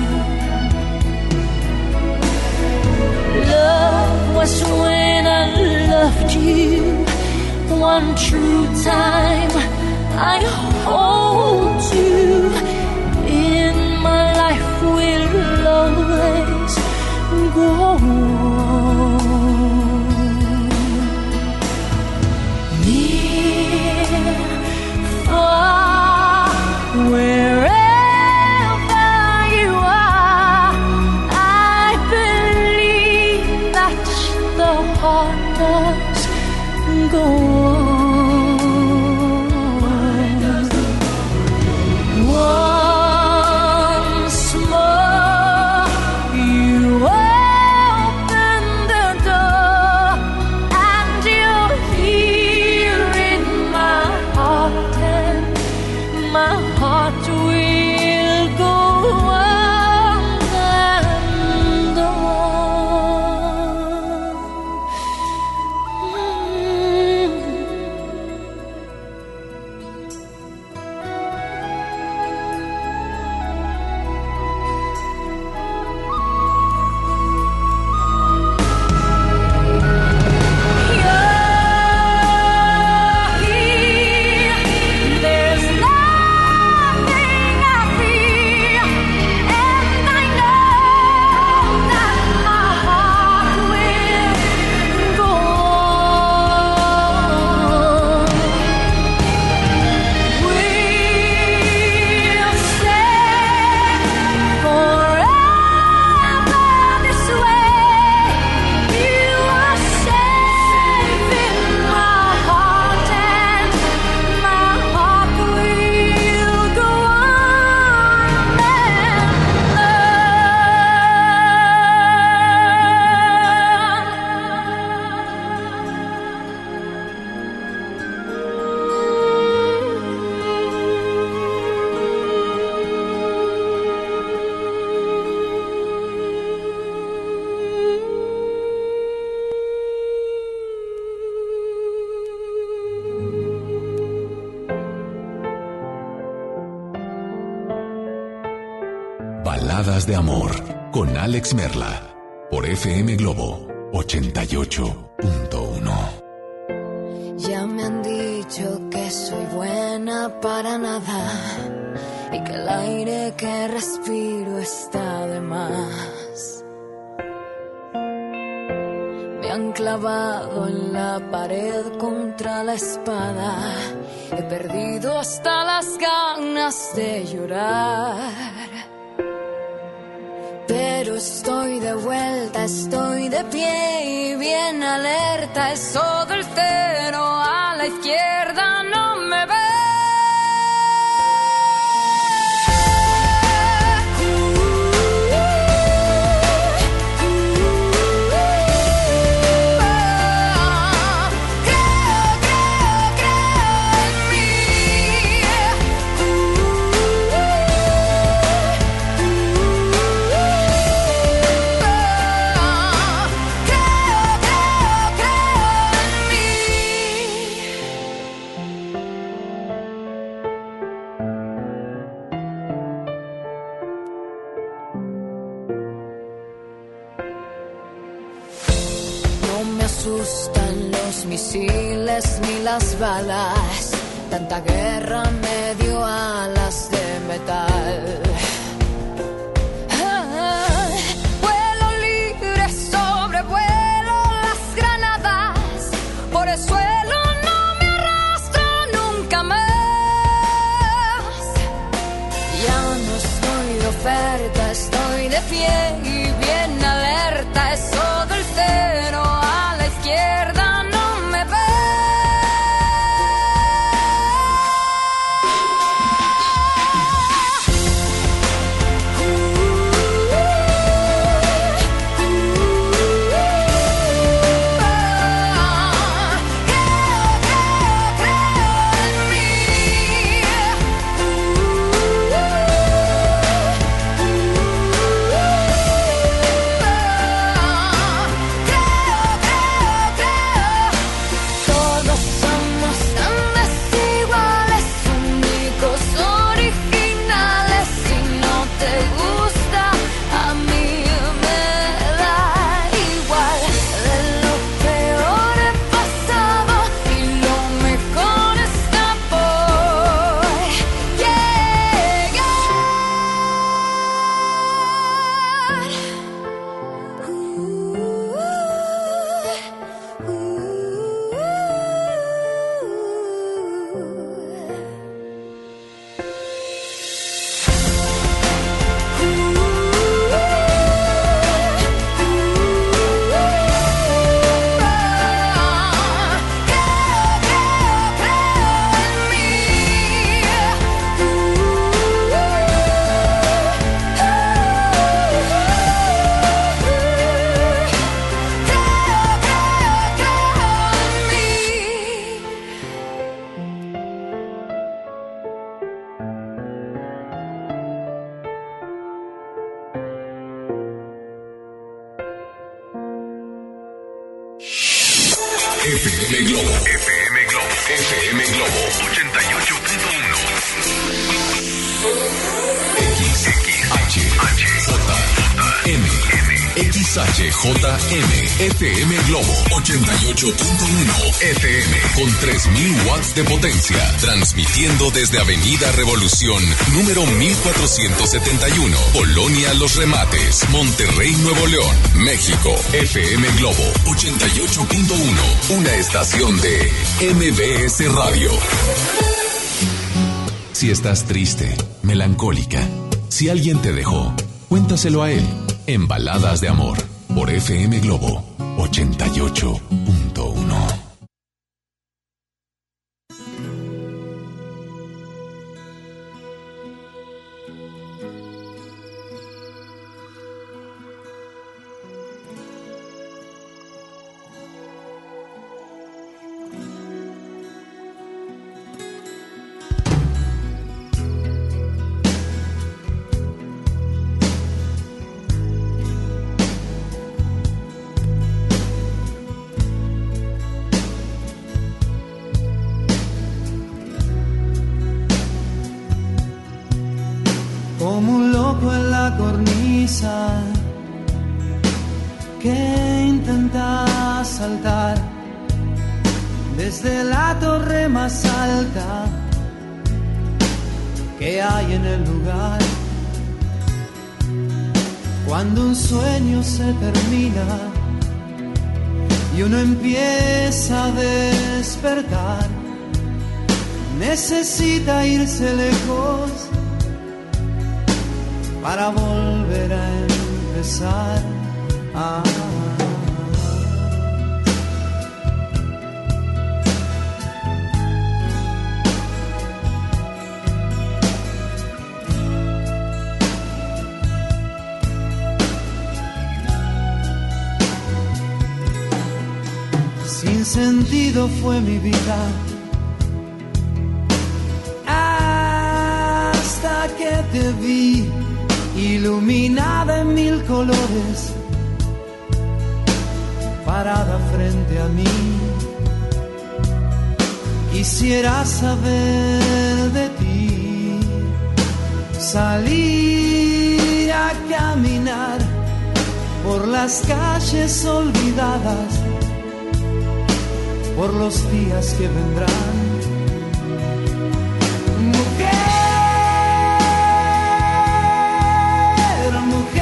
Love was when I loved you one true time. I hold you in my life, will always go on. Near, far, wherever you are, I believe that the heart does go on. Baladas de Amor con Alex Merla por FM Globo 88.1. Ya me han dicho que soy buena para nada y que el aire que respiro está de más. Me han clavado en la pared contra la espada. He perdido hasta las ganas de llorar. Pero estoy de vuelta, estoy de pie y bien alerta. Es todo el cero a la izquierda, no me ve. Asustan los misiles ni las balas. Tanta guerra me dio alas de metal. Vuelo libre, sobrevuelo las granadas. Por el suelo no me arrastro nunca más. Ya no estoy de oferta, estoy de pie y bien alerta. Es todo el cero. Izquierda no me ve. FM Globo. FM Globo. FM Globo 88.1. XHJM, FM Globo 88.1 FM con 3.000 watts de potencia, transmitiendo desde Avenida Revolución, número 1471, Colonia Los Remates, Monterrey, Nuevo León, México. FM Globo 88.1, una estación de MBS Radio. Si estás triste, melancólica, si alguien te dejó, cuéntaselo a él. En Baladas de Amor, por FM Globo 88.1. Como un loco en la la cornisa que intenta saltar desde la torre más alta que hay en el lugar. Cuando un sueño se termina y uno empieza a despertar, necesita irse lejos para volver a empezar. Sin sentido fue mi vida hasta que te vi, iluminada en 1000 colores, parada frente a mí. Quisiera saber de ti, salir a caminar por las calles olvidadas, por los días que vendrán. Mujer,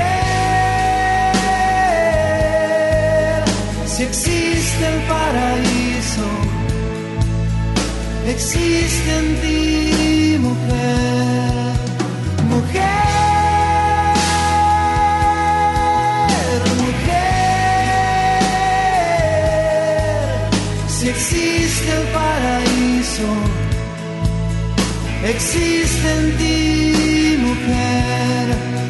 mujer, si existe el paraíso, existe en ti, mujer, mujer. Existe el paraíso, existe en ti, mujer.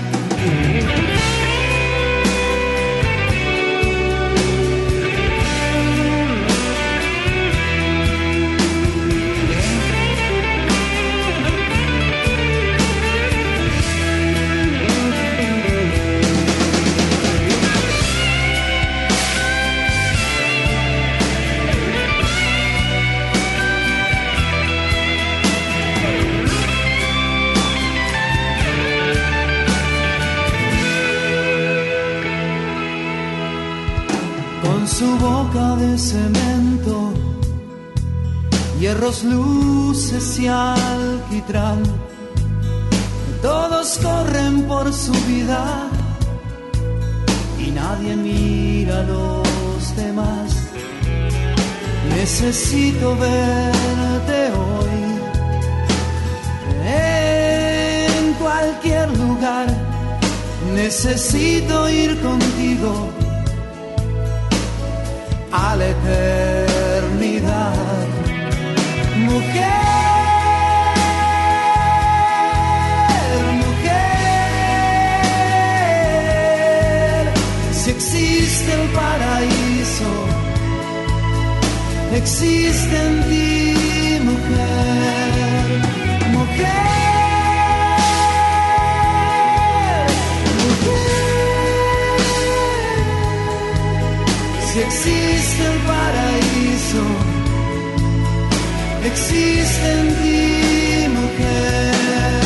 Su boca de cemento, hierros, luces y alquitrán, todos corren por su vida y nadie mira a los demás. Necesito verte hoy en cualquier lugar, necesito ir contigo a la eternidad. Mujer, mujer, si existe el paraíso, existe en ti, mujer, mujer, mujer. Si existe el paraíso, existe en ti, mujer,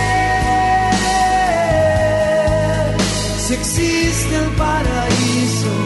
existe el paraíso,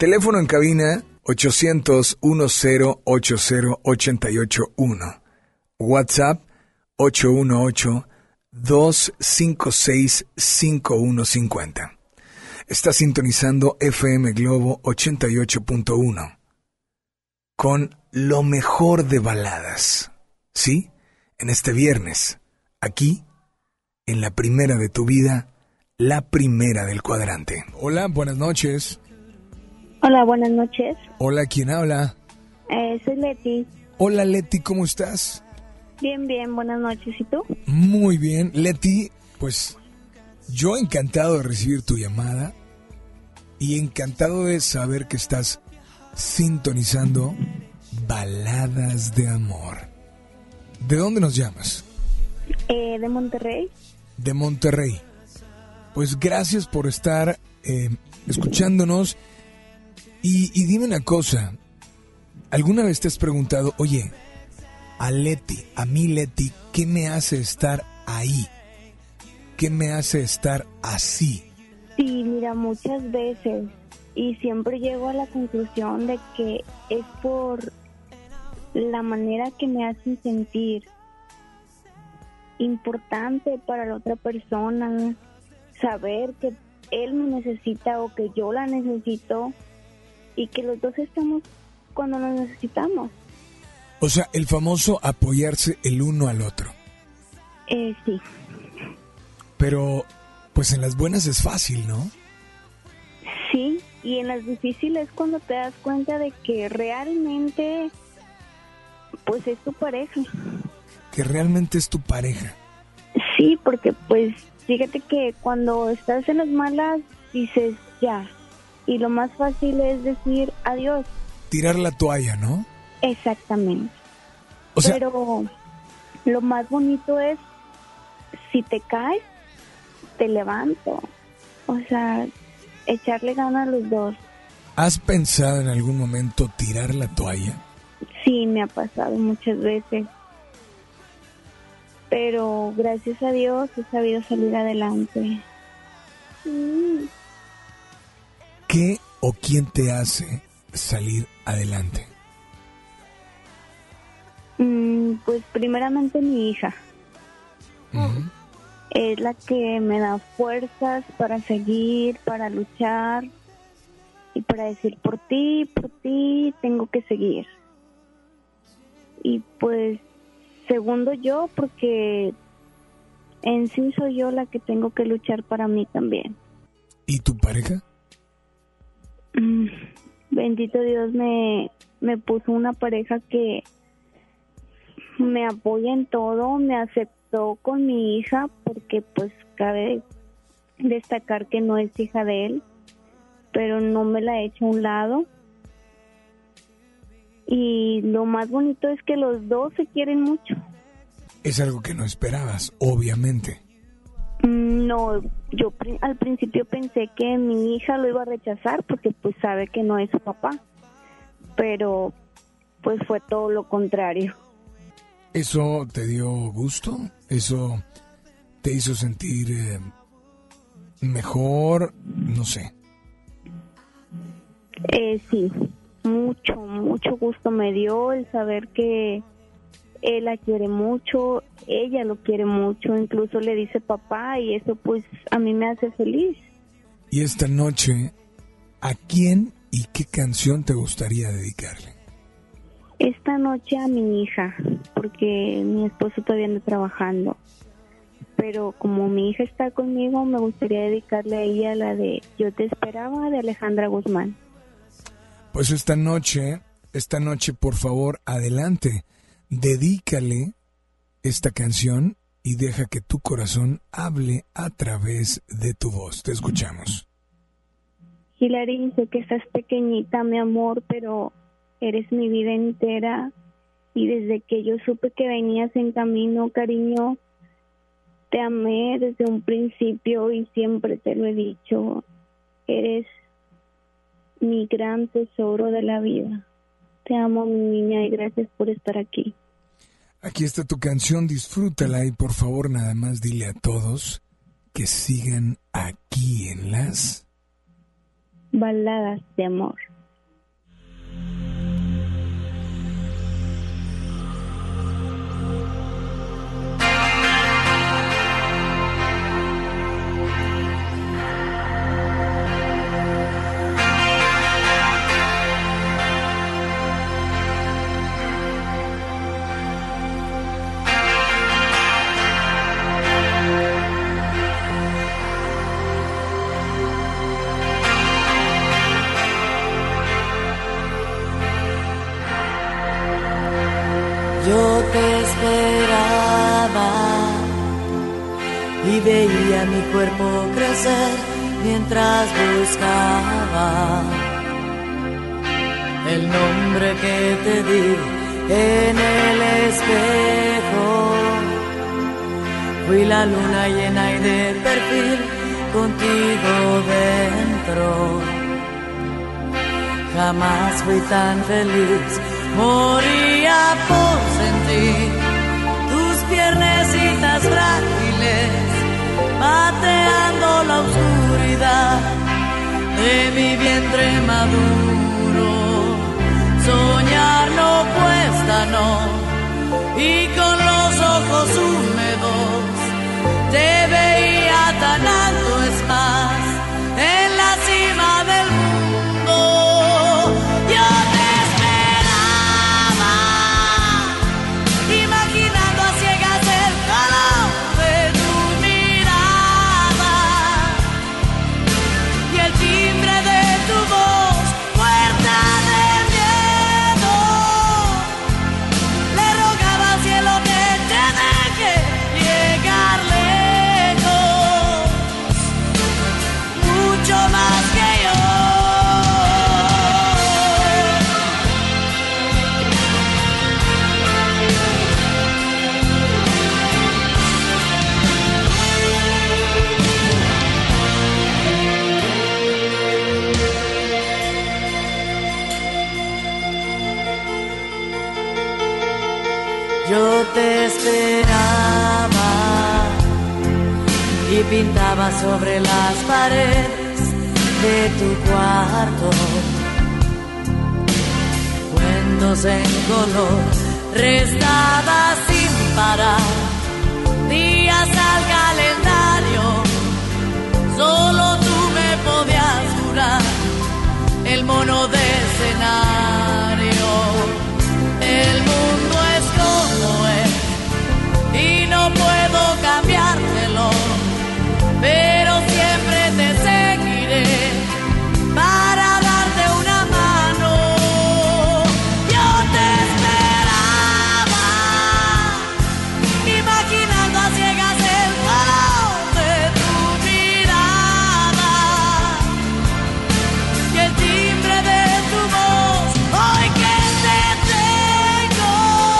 Teléfono en cabina 800-1080-881. WhatsApp 818-256-5150. Está sintonizando FM Globo 88.1 con lo mejor de baladas. ¿Sí? En este viernes, aquí, en la primera de tu vida, la primera del cuadrante. Hola, buenas noches. Hola, buenas noches. Hola, ¿quién habla? Soy Leti. Hola, Leti, ¿cómo estás? Bien, bien, buenas noches. ¿Y tú? Muy bien. Leti, pues yo encantado de recibir tu llamada y encantado de saber que estás sintonizando Baladas de Amor. ¿De dónde nos llamas? De Monterrey. De Monterrey. Pues gracias por estar escuchándonos. Y dime una cosa, ¿alguna vez te has preguntado, oye, a mí Leti, ¿qué me hace estar ahí? ¿Qué me hace estar así? Sí, mira, muchas veces. Y siempre llego a la conclusión de que es por la manera que me hacen sentir importante para la otra persona, saber que él me necesita o que yo la necesito y que los dos estamos cuando nos necesitamos. O sea, el famoso apoyarse el uno al otro. Sí. Pero, pues en las buenas es fácil, ¿no? Sí, y en las difíciles cuando te das cuenta de que realmente, pues es tu pareja. Que realmente es tu pareja. Sí, porque pues fíjate que cuando estás en las malas dices ya, y lo más fácil es decir adiós. Tirar la toalla, ¿no? Exactamente. O sea, pero lo más bonito es si te caes, te levanto. O sea, echarle ganas a los dos. ¿Has pensado en algún momento tirar la toalla? Sí, me ha pasado muchas veces. Pero gracias a Dios he sabido salir adelante. ¿Qué o quién te hace salir adelante? Pues primeramente mi hija. Uh-huh. Es la que me da fuerzas para seguir, para luchar y para decir por ti tengo que seguir. Y pues segundo yo, porque en sí soy yo la que tengo que luchar para mí también. ¿Y tu pareja? Bendito Dios me puso una pareja que me apoya en todo, me aceptó con mi hija, porque pues cabe destacar que no es hija de él, pero no me la he hecho a un lado. Y lo más bonito es que los dos se quieren mucho. Es algo que no esperabas, obviamente. No, yo al principio pensé que mi hija lo iba a rechazar porque pues sabe que no es su papá, pero pues fue todo lo contrario. ¿Eso te dio gusto? ¿Eso te hizo sentir mejor? No sé. Sí, mucho gusto me dio el saber que él la quiere mucho, ella lo quiere mucho, incluso le dice papá, y eso pues a mí me hace feliz. Y esta noche, ¿a quién y qué canción te gustaría dedicarle? Esta noche a mi hija, porque mi esposo todavía anda trabajando, pero como mi hija está conmigo, me gustaría dedicarle a ella la de Yo te esperaba, de Alejandra Guzmán. Pues esta noche, por favor, adelante, dedícale esta canción y deja que tu corazón hable a través de tu voz. Te escuchamos. Hilary, sé que estás pequeñita, mi amor, pero eres mi vida entera, y desde que yo supe que venías en camino, cariño, te amé desde un principio y siempre te lo he dicho. Eres mi gran tesoro de la vida. Te amo, mi niña, y gracias por estar aquí. Aquí está tu canción, disfrútala y por favor nada más dile a todos que sigan aquí en las Baladas de Amor. Yo te esperaba y veía mi cuerpo crecer mientras buscaba el nombre que te di en el espejo. Fui la luna llena y de perfil contigo dentro. Jamás fui tan feliz. Moría por sentir tus piernecitas frágiles pateando la oscuridad de mi vientre maduro. Soñar no cuesta, no, y con los ojos húmedos te veía tan alto, es más, en la cima del mundo. Yo te esperaba, imaginando a ciegas el calor de tu mirada y el timbre de tu voz, puerta de miedo. Le rogaba al cielo que te deje llegar lejos, mucho más que yo. Yo te esperaba y pintaba sobre las paredes de tu cuarto cuentos en color, restaba sin parar días al calendario. Solo tú me podías jurar el mono de escenario. El mundo es como es y no puedo cambiártelo, pero siempre te seguiré para darte una mano. Yo te esperaba, imaginando a ciegas el calor de tu mirada y el timbre de tu voz. Hoy que te tengo,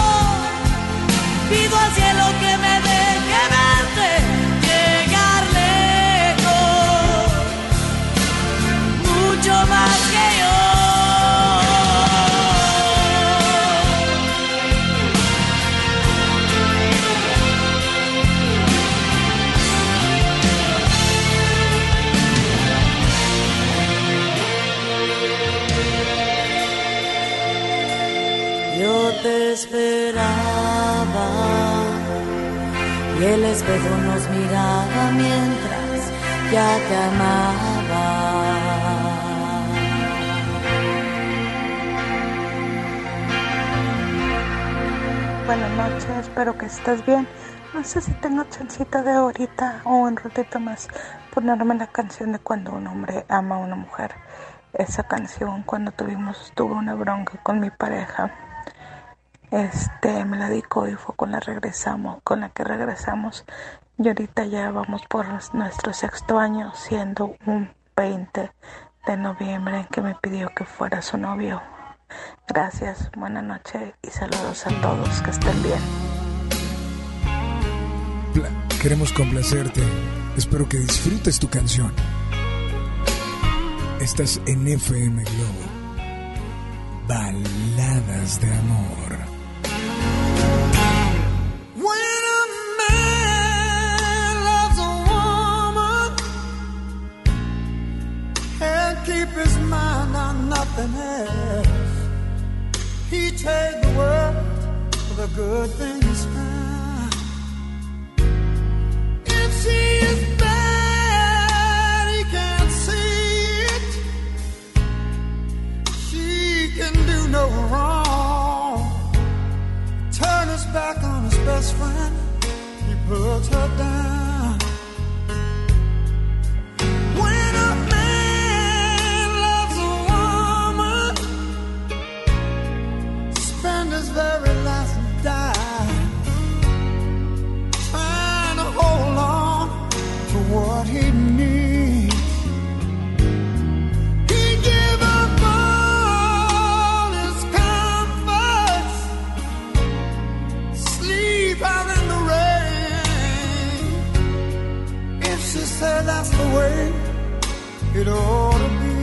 pido al cielo que me deje verte llegar lejos, mucho más que yo. Yo te esperaba y el espejo nos miraba mientras ya te amaba. Buenas noches, espero que estés bien. No sé si tengo chancita de ahorita o un ratito más ponerme la canción de Cuando un hombre ama a una mujer. Esa canción, cuando tuve una bronca con mi pareja, me la dedicó y fue con la que regresamos, y ahorita ya vamos por nuestro 6º año, siendo un 20 de noviembre en que me pidió que fuera su novio. Gracias, buena noche y saludos a todos, que estén bien. Queremos complacerte, espero que disfrutes tu canción. Estás en FM Globo, Baladas de Amor. Keep his mind on nothing else. take the world for the good things found. If she is bad, he can't see it. She can do no wrong. Turn his back on his best friend, he puts her down. When a man loves a woman, spend his very last dime trying to hold on to what he needs. He give up all his comforts, sleep out in the rain. If she said that's the way it ought to be.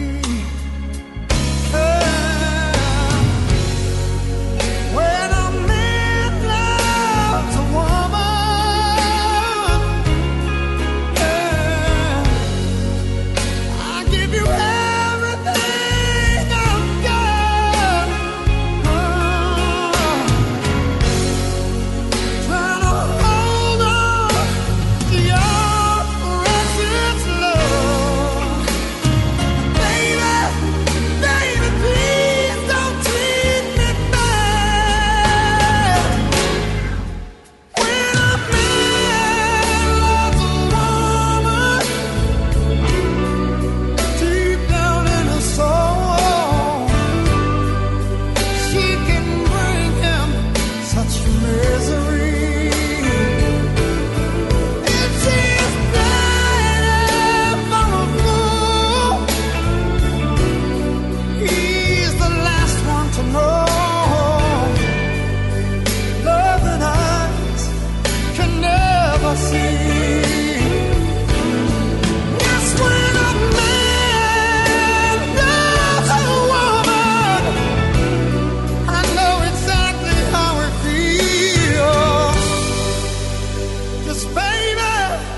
When a man loves a woman, I give you everything I've got. Trying to hold on to your precious love. Baby, baby, please don't treat me bad. When a man loves a woman, deep down in her soul, she can bring him such misery. If she is bad for a fool, he's the last one to know. Love that eyes can never see. Yes, when a man loves a woman, I know exactly how it feels. Just baby,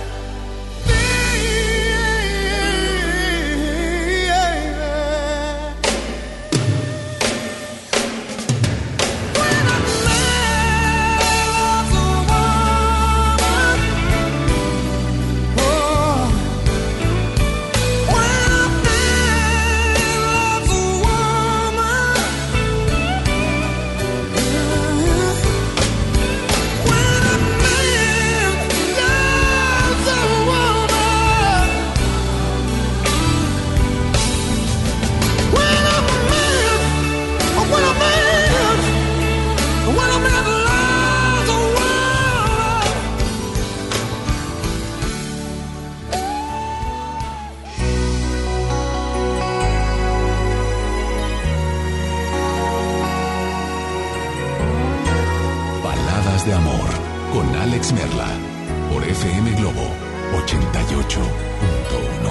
when a man loves a woman, oh, when a man loves a woman, when a man loves a woman, when a man loves a woman. Baladas de amor con Alex Merla por FM Globo 88.1.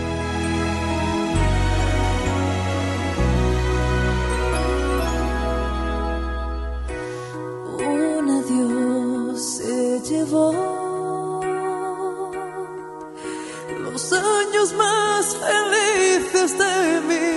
Un adiós se llevó los años más felices de mi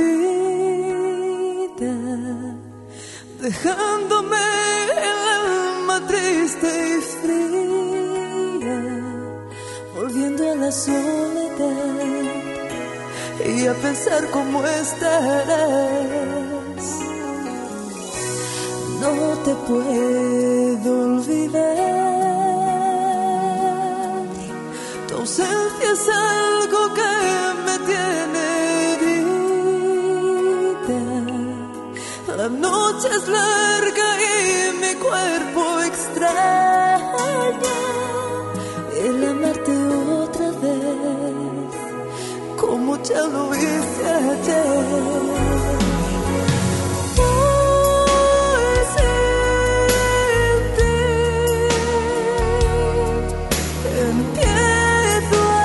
vida, dejándome el alma triste y fría, volviendo a la soledad y a pensar cómo estarás. No te puedo olvidar, tu ausencia es algo que me tiene herida. La noche es larga y mi cuerpo extraña el amarte otra vez, como ya lo hice ayer. Empiezo a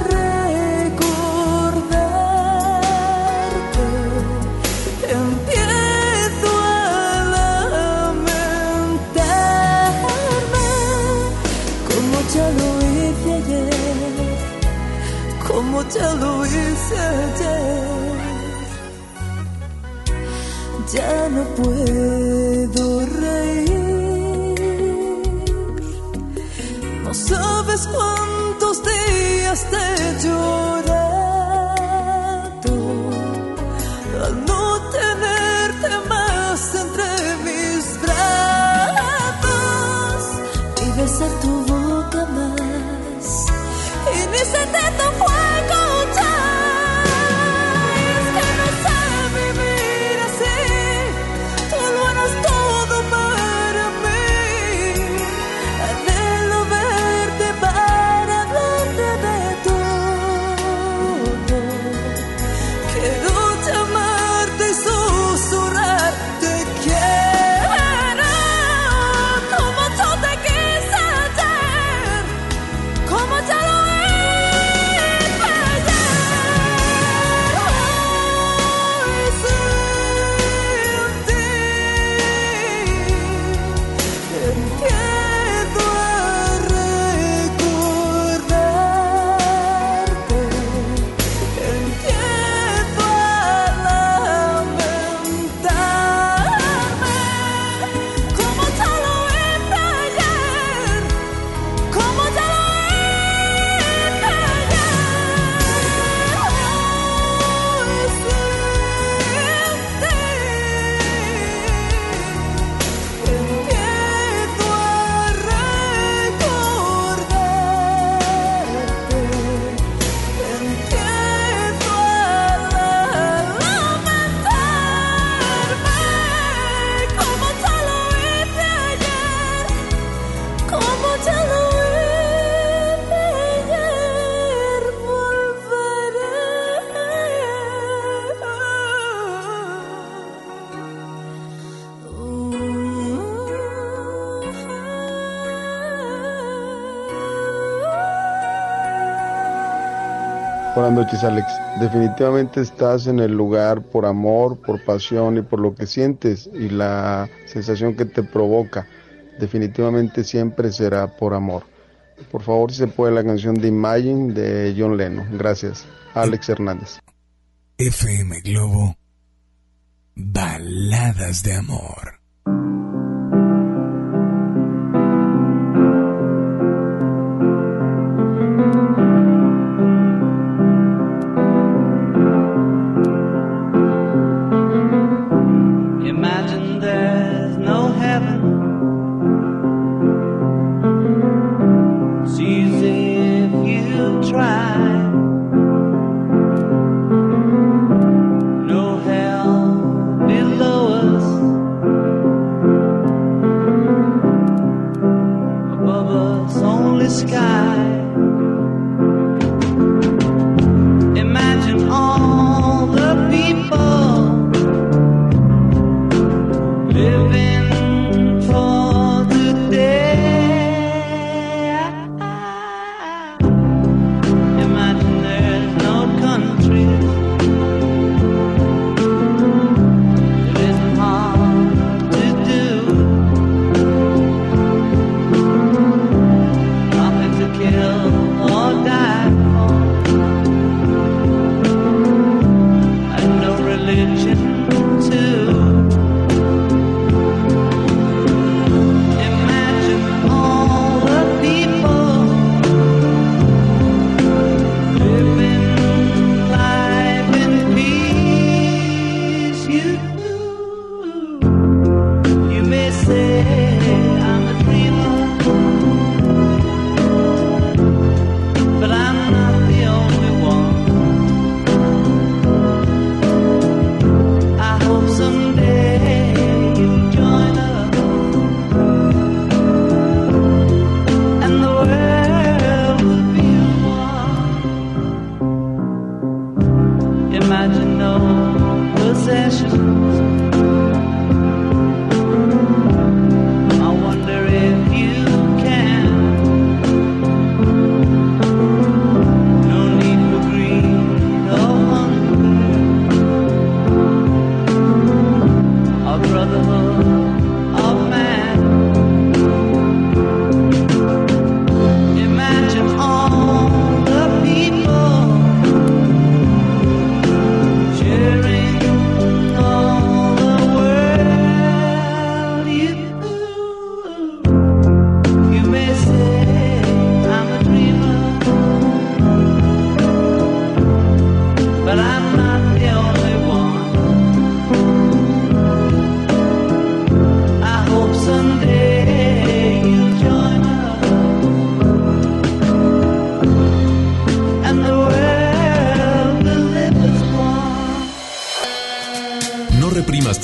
recordarte, empiezo a lamentarme, como ya lo hice ayer, como ya lo hice ayer. ya no puedo reír. No sabes cuántos días te he llorado al no tenerte más entre mis brazos y besar tu boca más y ni sentir tu fuego ya. Es que no sé vivir así, tú lo eres todo para mí. Anhelo verte para hablarte de todo. Quiero llamarte y susurrarte quiero, como yo te quise ayer, como ya lo hice ayer. Hoy sin ti empiezo a recordarte, empiezo a lamentarme, como ya lo hice ayer, como ya lo hice ayer. Hoy sin ti empiezo a recordarte, empiezo a lamentarme, como ya lo hice ayer, como ya lo hice ayer, Buenas noches, Alex. Definitivamente estás en el lugar por amor, por pasión y por lo que sientes y la sensación que te provoca. Definitivamente siempre será por amor. Por favor, si se puede, la canción de Imagine de John Lennon. Gracias. Alex Hernández. FM Globo, Baladas de Amor. Imagine there's no heaven. It's easy if you try. No hell below us. Above us only sky. Imagine all the people living for today. Imagine there's no countries. It isn't hard to do. Nothing to kill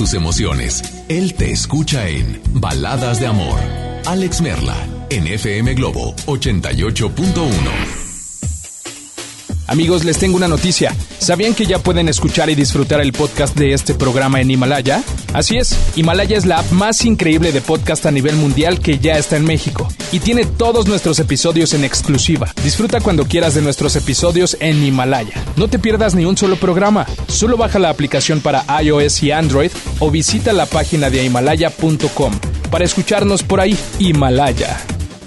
tus emociones. Él te escucha en Baladas de Amor. Alex Merla, en FM Globo 88.1. Amigos, les tengo una noticia. ¿Sabían que ya pueden escuchar y disfrutar el podcast de este programa en Himalaya? Así es, Himalaya es la app más increíble de podcast a nivel mundial que ya está en México y tiene todos nuestros episodios en exclusiva. Disfruta cuando quieras de nuestros episodios en Himalaya. No te pierdas ni un solo programa. Solo baja la aplicación para iOS y Android o visita la página de himalaya.com para escucharnos por ahí. Himalaya.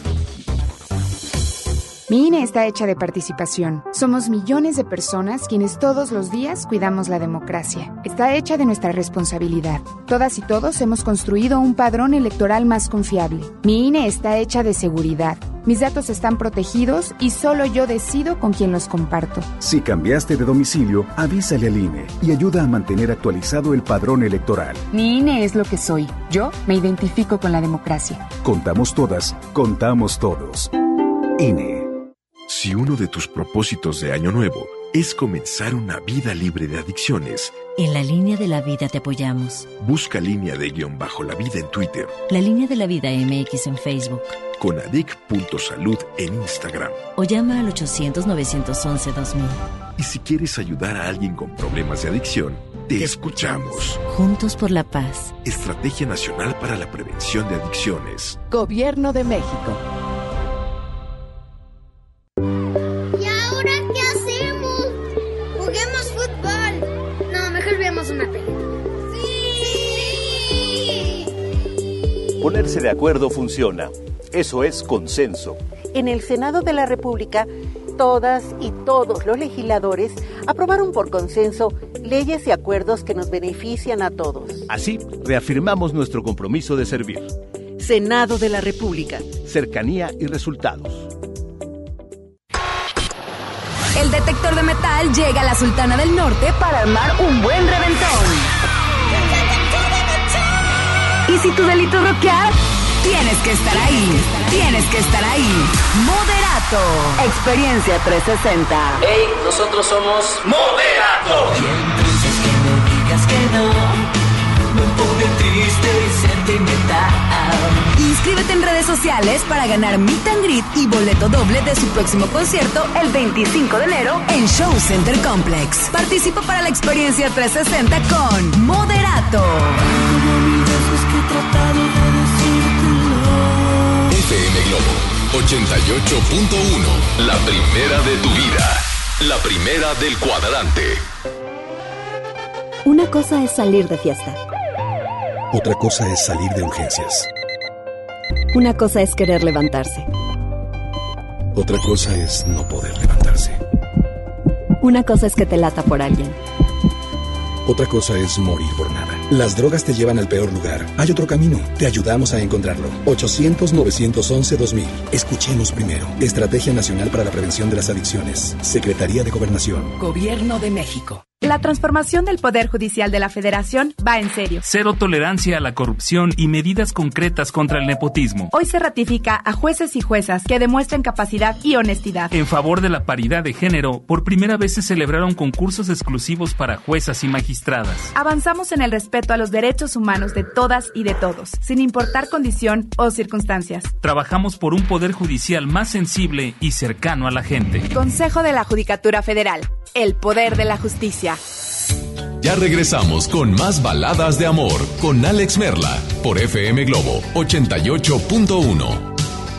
Mi INE está hecha de participación. Somos millones de personas quienes todos los días cuidamos la democracia. Está hecha de nuestra responsabilidad. Todas y todos hemos construido un padrón electoral más confiable. Mi INE está hecha de seguridad. Mis datos están protegidos y solo yo decido con quién los comparto. Si cambiaste de domicilio, avísale al INE y ayuda a mantener actualizado el padrón electoral. Mi INE es lo que soy. Yo me identifico con la democracia. Contamos todas, contamos todos. INE. Si uno de tus propósitos de Año Nuevo es comenzar una vida libre de adicciones, en La Línea de la Vida te apoyamos. Busca Línea de _la vida en Twitter, La Línea de la Vida MX en Facebook, con adic.salud en Instagram, o llama al 800-911-2000. Y si quieres ayudar a alguien con problemas de adicción, te escuchamos. Juntos por la paz. Estrategia Nacional para la Prevención de Adicciones. Gobierno de México. Ponerse de acuerdo funciona. Eso es consenso. En el Senado de la República, todas y todos los legisladores aprobaron por consenso leyes y acuerdos que nos benefician a todos. Así, reafirmamos nuestro compromiso de servir. Senado de la República. Cercanía y resultados. El detector de metal llega a la Sultana del Norte para armar un buen reventón. Y si tu delito es rockear, tienes que estar ahí. Tienes que estar ahí. Moderato. Experiencia 360. Hey, nosotros somos Moderato. Y entonces que me digas que no, me pone triste y sentimental. Inscríbete en redes sociales para ganar meet and greet y boleto doble de su próximo concierto el 25 de enero en Show Center Complex. Participa para la Experiencia 360 con Moderato. FM Globo 88.1, la primera de tu vida, la primera del cuadrante. Una cosa es salir de fiesta. Otra cosa es salir de urgencias. Una cosa es querer levantarse. Otra cosa es no poder levantarse. Una cosa es que te lata por alguien. Otra cosa es morir por nada. Las drogas te llevan al peor lugar. Hay otro camino. Te ayudamos a encontrarlo. 800-911-2000. Escuchemos primero. Estrategia Nacional para la Prevención de las Adicciones. Secretaría de Gobernación. Gobierno de México. La transformación del Poder Judicial de la Federación va en serio. Cero tolerancia a la corrupción y medidas concretas contra el nepotismo. Hoy se ratifica a jueces y juezas que demuestren capacidad y honestidad. En favor de la paridad de género, por primera vez se celebraron concursos exclusivos para juezas y magistradas. Avanzamos en el respeto a los derechos humanos de todas y de todos, sin importar condición o circunstancias. Trabajamos por un poder judicial más sensible y cercano a la gente. Consejo de la Judicatura Federal. El poder de la justicia. Ya regresamos con más Baladas de Amor con Alex Merla por FM Globo 88.1.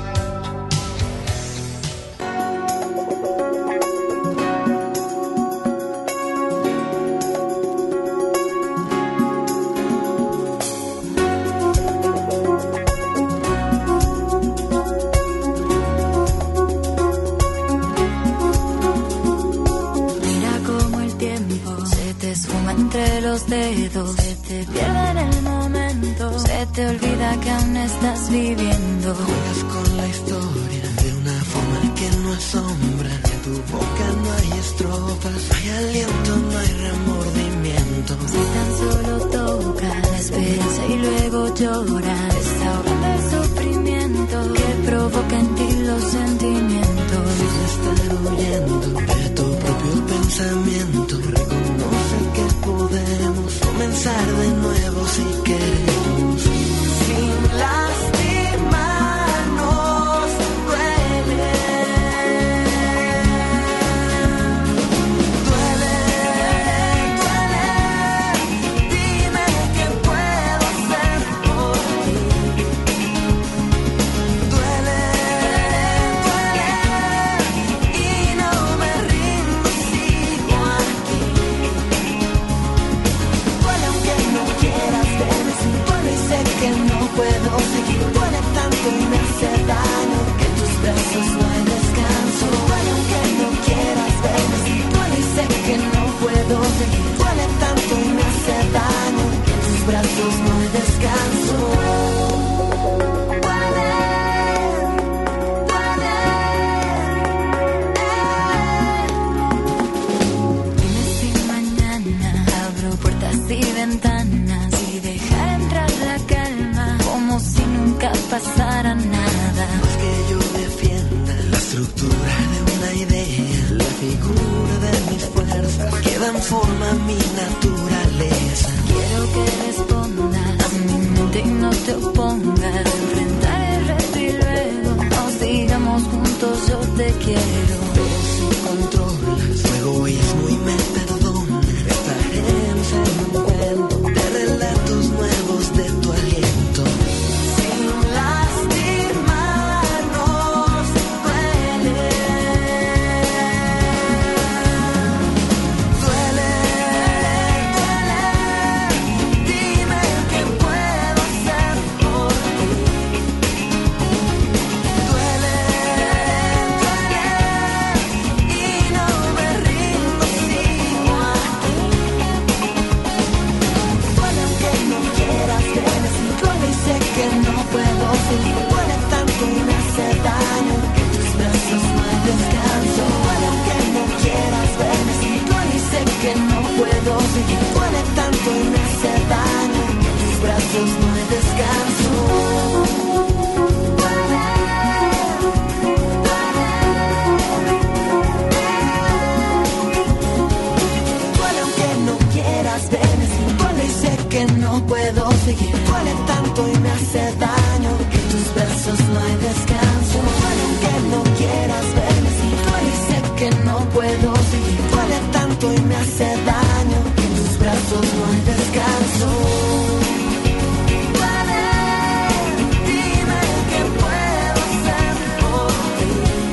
Se te pierde en el momento, se te olvida que aún estás viviendo. Juegas con la historia de una forma que no asombra. En tu boca no hay estrofas, no hay aliento, no hay remordimiento. Si tan solo tocas la esperanza y luego lloras, desahogando el sufrimiento que provoca en ti los sentimientos. Estar huyendo de tu propio pensamiento. Reconoce que podemos comenzar de nuevo estructura de una idea, la figura de mis fuerzas que dan forma a mi naturaleza. Quiero que respondas a mi mente y no te opongas. Enfrentar el reto y luego nos digamos juntos yo te quiero. Pero si controlas, tu egoísmo y me perdonas, estaremos en un cuento de relatos nuevos de tu aliento. Sin lastimarnos duele. Duele, duele. Dime qué puedo hacer por ti. Duele, duele. Y no me rindo, sigo aquí. Duele aunque no quieras ver, si duele y sé que no puedo seguir. Duele tanto y me hace daño que en tus brazos no hay descanso. Duele aunque no quieras ver, si duele y sé que no puedo seguir. Duele tanto y me hace daño que en tus brazos no hay descanso. Duele aunque no quieras verme, si duele y sé que no puedo seguir. Duele tanto y me hace daño que en tus brazos no hay descanso. Duele aunque no quieras verme, si duele y sé que no puedo seguir. Duele tanto y me hace daño que en tus brazos no hay descanso. Duele, dime qué puedo hacer por ti.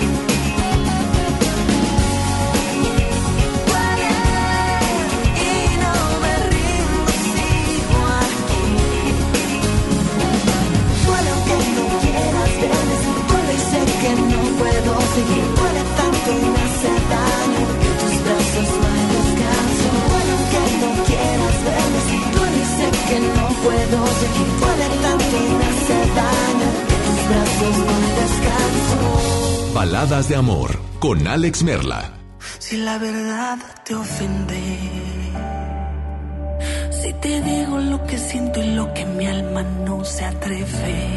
Duele y no me rindo, sigo aquí. Duele aunque no quieras verme, si duele y sé que no puedo seguir. Duele tanto y me hace daño que en tus brazos no hay descanso. Duele aunque no quieras verme, si duele y sé que no puedo seguir. Duele tanto y me hace daño que en tus brazos no hay descanso. Baladas de amor con Alex Merla. Si la verdad te ofende, Si te digo lo que siento y lo que mi alma no se atreve,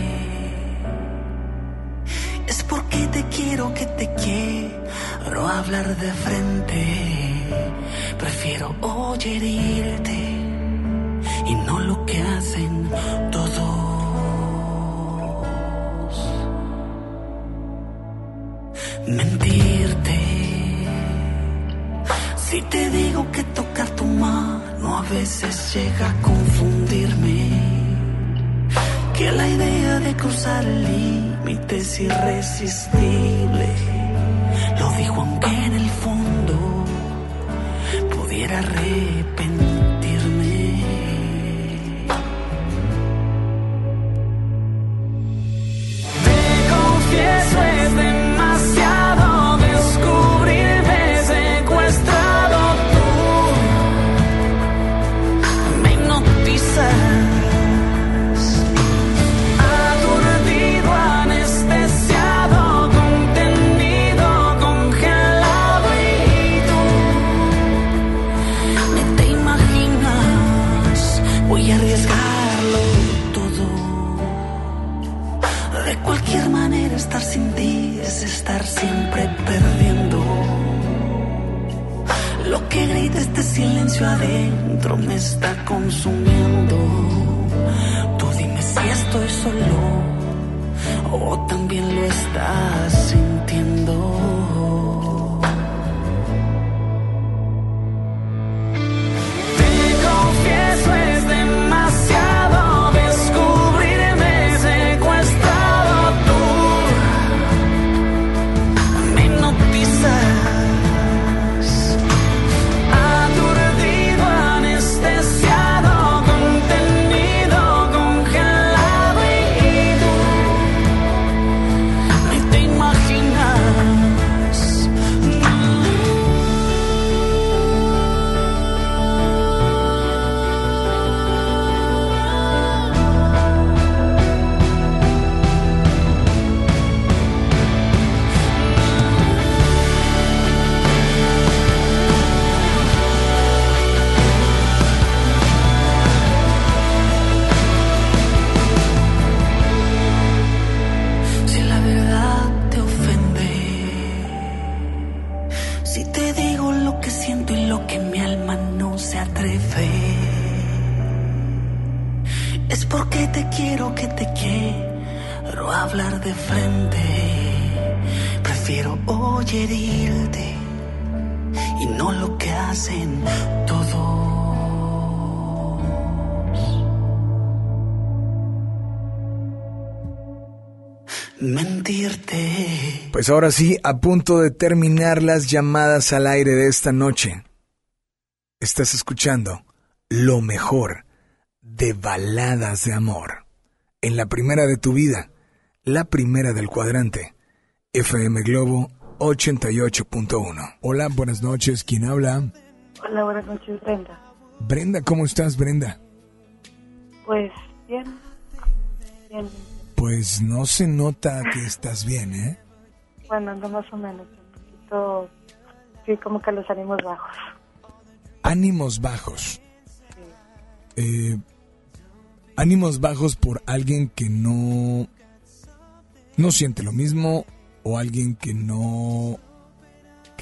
es porque te quiero que te quiero hablar de frente. Prefiero hoy herirte y no lo que hacen todos. Mentirte. Si te digo que tocar tu mano a veces llega a confundirme, que la idea de cruzar el límite es irresistible. Lo digo aunque en el fondo pudiera arrepentirme. te confieso es demasiado descubrirme secuestrado. Tú me hipnotizas, aturdido, anestesiado, contenido, congelado, y tú ni te imaginas. Voy a arriesgarlo todo. De cualquier manera, estar sin ti es estar siempre perdiendo. Lo que grita este silencio adentro me está consumiendo. Tú dime si estoy solo o también lo estás sintiendo. Te confieso es demasiado descubrirme secuestrado. Tú me hipnotizas, aturdido, anestesiado, contenido, congelado, y tú ni te imaginas. lo que mi alma no se atreve. Es porque te quiero hablar de frente. Prefiero hoy herirte y no lo que hacen todos. Mentirte. Pues ahora sí, a punto de terminar las llamadas al aire de esta noche. Estás escuchando lo mejor de Baladas de Amor. En la primera de tu vida, la primera del cuadrante, FM Globo 88.1. Hola, buenas noches, ¿quién habla? Hola, buenas noches, Brenda. Brenda, ¿cómo estás, Brenda? Pues bien, bien. Pues no se nota que estás bien, ¿eh? Bueno, ando más o menos, un poquito, sí, como que los ánimos bajos. Ánimos bajos. Sí. Ánimos bajos por alguien que no siente lo mismo o alguien que no ¿qué?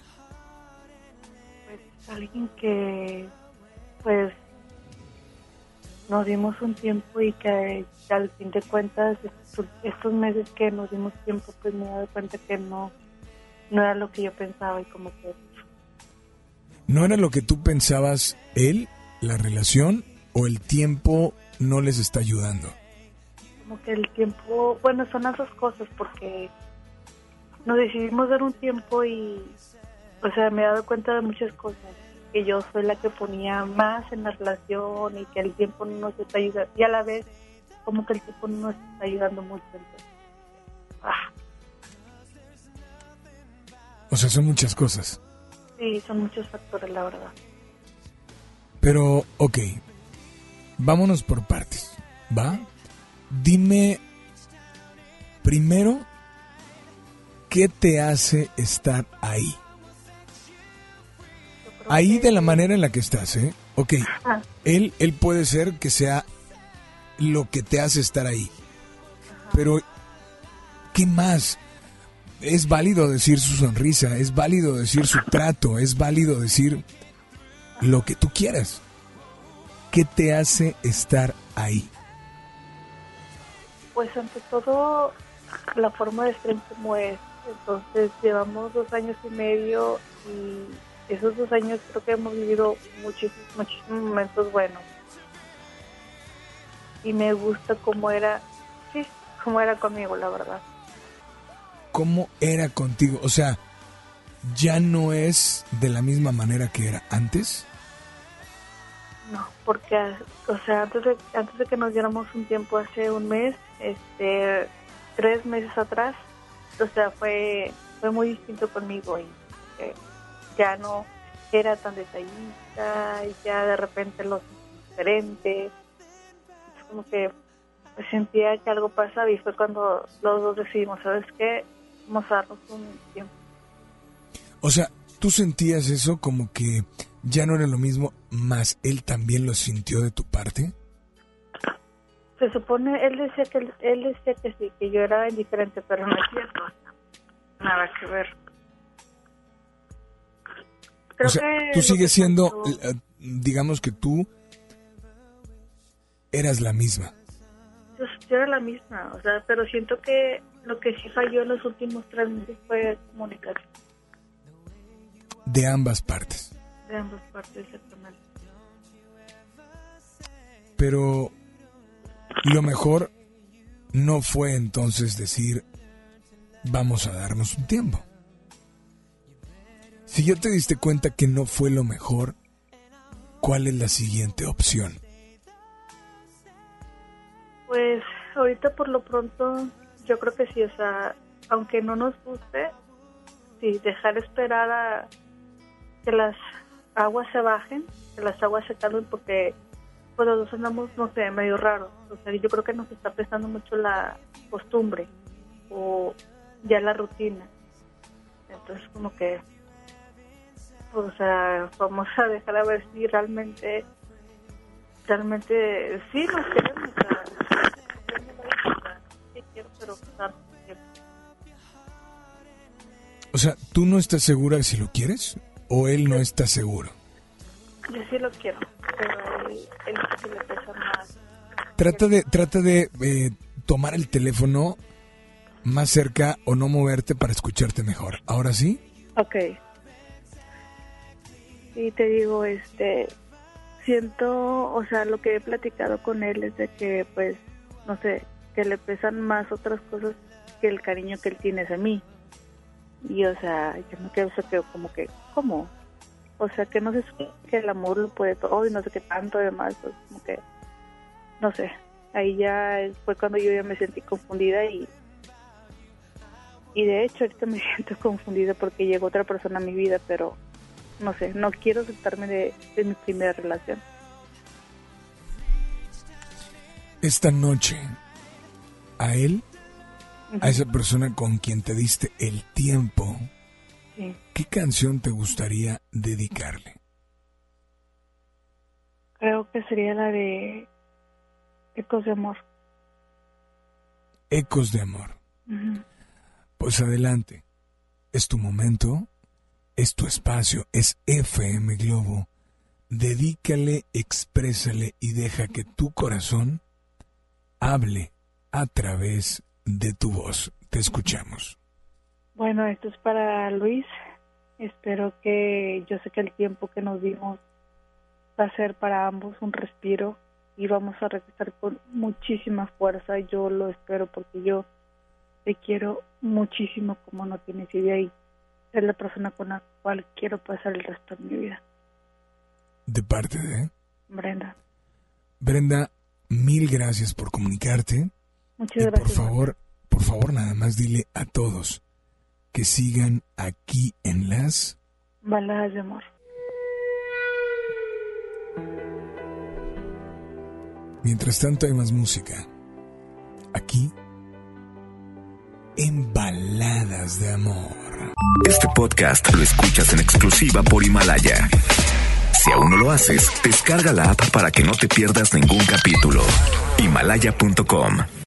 Pues alguien que, pues, nos dimos un tiempo y que al fin de cuentas estos meses que nos dimos tiempo, pues me he dado cuenta que no era lo que yo pensaba y como que... ¿No era lo que tú pensabas él, la relación, o el tiempo no les está ayudando? Como que el tiempo, bueno, son las dos cosas, porque nos decidimos dar un tiempo y, o sea, me he dado cuenta de muchas cosas, que yo soy la que ponía más en la relación y que el tiempo no nos está ayudando, y a la vez como que el tiempo no nos está ayudando mucho. Entonces, O sea, son muchas cosas. Sí, son muchos factores, la verdad. Pero, ok, vámonos por partes, ¿va? Dime, primero, ¿qué te hace estar ahí? Ahí de la manera en la que estás, ¿eh? Ok, él puede ser que sea lo que te hace estar ahí. Pero, ¿qué más? Es válido decir su sonrisa, es válido decir su trato, es válido decir lo que tú quieras. ¿Qué te hace estar ahí? Pues ante todo, la forma de ser como es. Entonces llevamos 2 años y medio y esos 2 años creo que hemos vivido muchísimos momentos buenos. Y me gusta cómo era conmigo, la verdad. ¿Cómo era contigo? O sea, ¿ya no es de la misma manera que era antes? No, porque, o sea, antes de que nos diéramos un tiempo, hace un mes, 3 meses atrás, o sea, fue muy distinto conmigo y ya no era tan detallista, y ya de repente lo diferente. Es como que sentía que algo pasaba y fue cuando los dos decidimos, ¿sabes qué? Vamos a darnos un tiempo. O sea, ¿tú sentías eso como que ya no era lo mismo, más él también lo sintió de tu parte? Se supone, él decía que sí, que yo era indiferente, pero no es cierto. Nada que ver. Creo o sea, que tú sigues siendo, digamos que tú eras la misma. Yo era la misma, o sea, pero siento que lo que sí falló en los últimos 3 meses fue comunicación. De ambas partes. De ambas partes, exactamente. Pero lo mejor no fue entonces decir, vamos a darnos un tiempo. Si ya te diste cuenta que no fue lo mejor, ¿cuál es la siguiente opción? Pues ahorita por lo pronto yo creo que sí, o sea, aunque no nos guste, sí, dejar esperar a que las aguas se bajen, que las aguas se calmen, porque pues los dos andamos, no sé, medio raros. O sea, yo creo que nos está pesando mucho la costumbre o ya la rutina. Entonces como que, pues, o sea, vamos a dejar a ver si realmente sí nos queremos. O sea, ¿tú no estás segura de si lo quieres? o él no está seguro? Yo sí lo quiero, pero él sí le pesa más. Trata de tomar el teléfono más cerca o no moverte para escucharte mejor. ¿Ahora sí? Ok. Y te digo, siento, o sea, lo que he platicado con él es de que, pues, no sé, que le pesan más otras cosas que el cariño que él tiene hacia mí. Y, o sea, yo me quedo, como que, ¿cómo? O sea, que no sé, que el amor lo puede todo y no sé qué tanto y demás, pues, como que, no sé. Ahí ya fue cuando yo ya me sentí confundida y de hecho ahorita me siento confundida porque llegó otra persona a mi vida, pero no sé, no quiero aceptarme de mi primera relación. Esta noche, a él, a esa persona con quien te diste el tiempo, sí. ¿Qué canción te gustaría dedicarle? Creo que sería la de Ecos de Amor. Ecos de Amor. Uh-huh. Pues adelante, es tu momento, es tu espacio, es FM Globo. Dedícale, exprésale y deja que tu corazón hable a través de tu voz. Te escuchamos. Bueno, esto es para Luis. Espero que, yo sé que el tiempo que nos dimos va a ser para ambos un respiro y vamos a regresar con muchísima fuerza. Yo lo espero porque yo te quiero muchísimo, como no tienes idea, y es la persona con la cual quiero pasar el resto de mi vida. De parte de Brenda. Brenda, mil gracias por comunicarte. Muchas gracias. Por favor, nada más dile a todos que sigan aquí en las Baladas de Amor. Mientras tanto hay más música. Aquí en Baladas de Amor. Este podcast lo escuchas en exclusiva por Himalaya. Si aún no lo haces, descarga la app para que no te pierdas ningún capítulo. Himalaya.com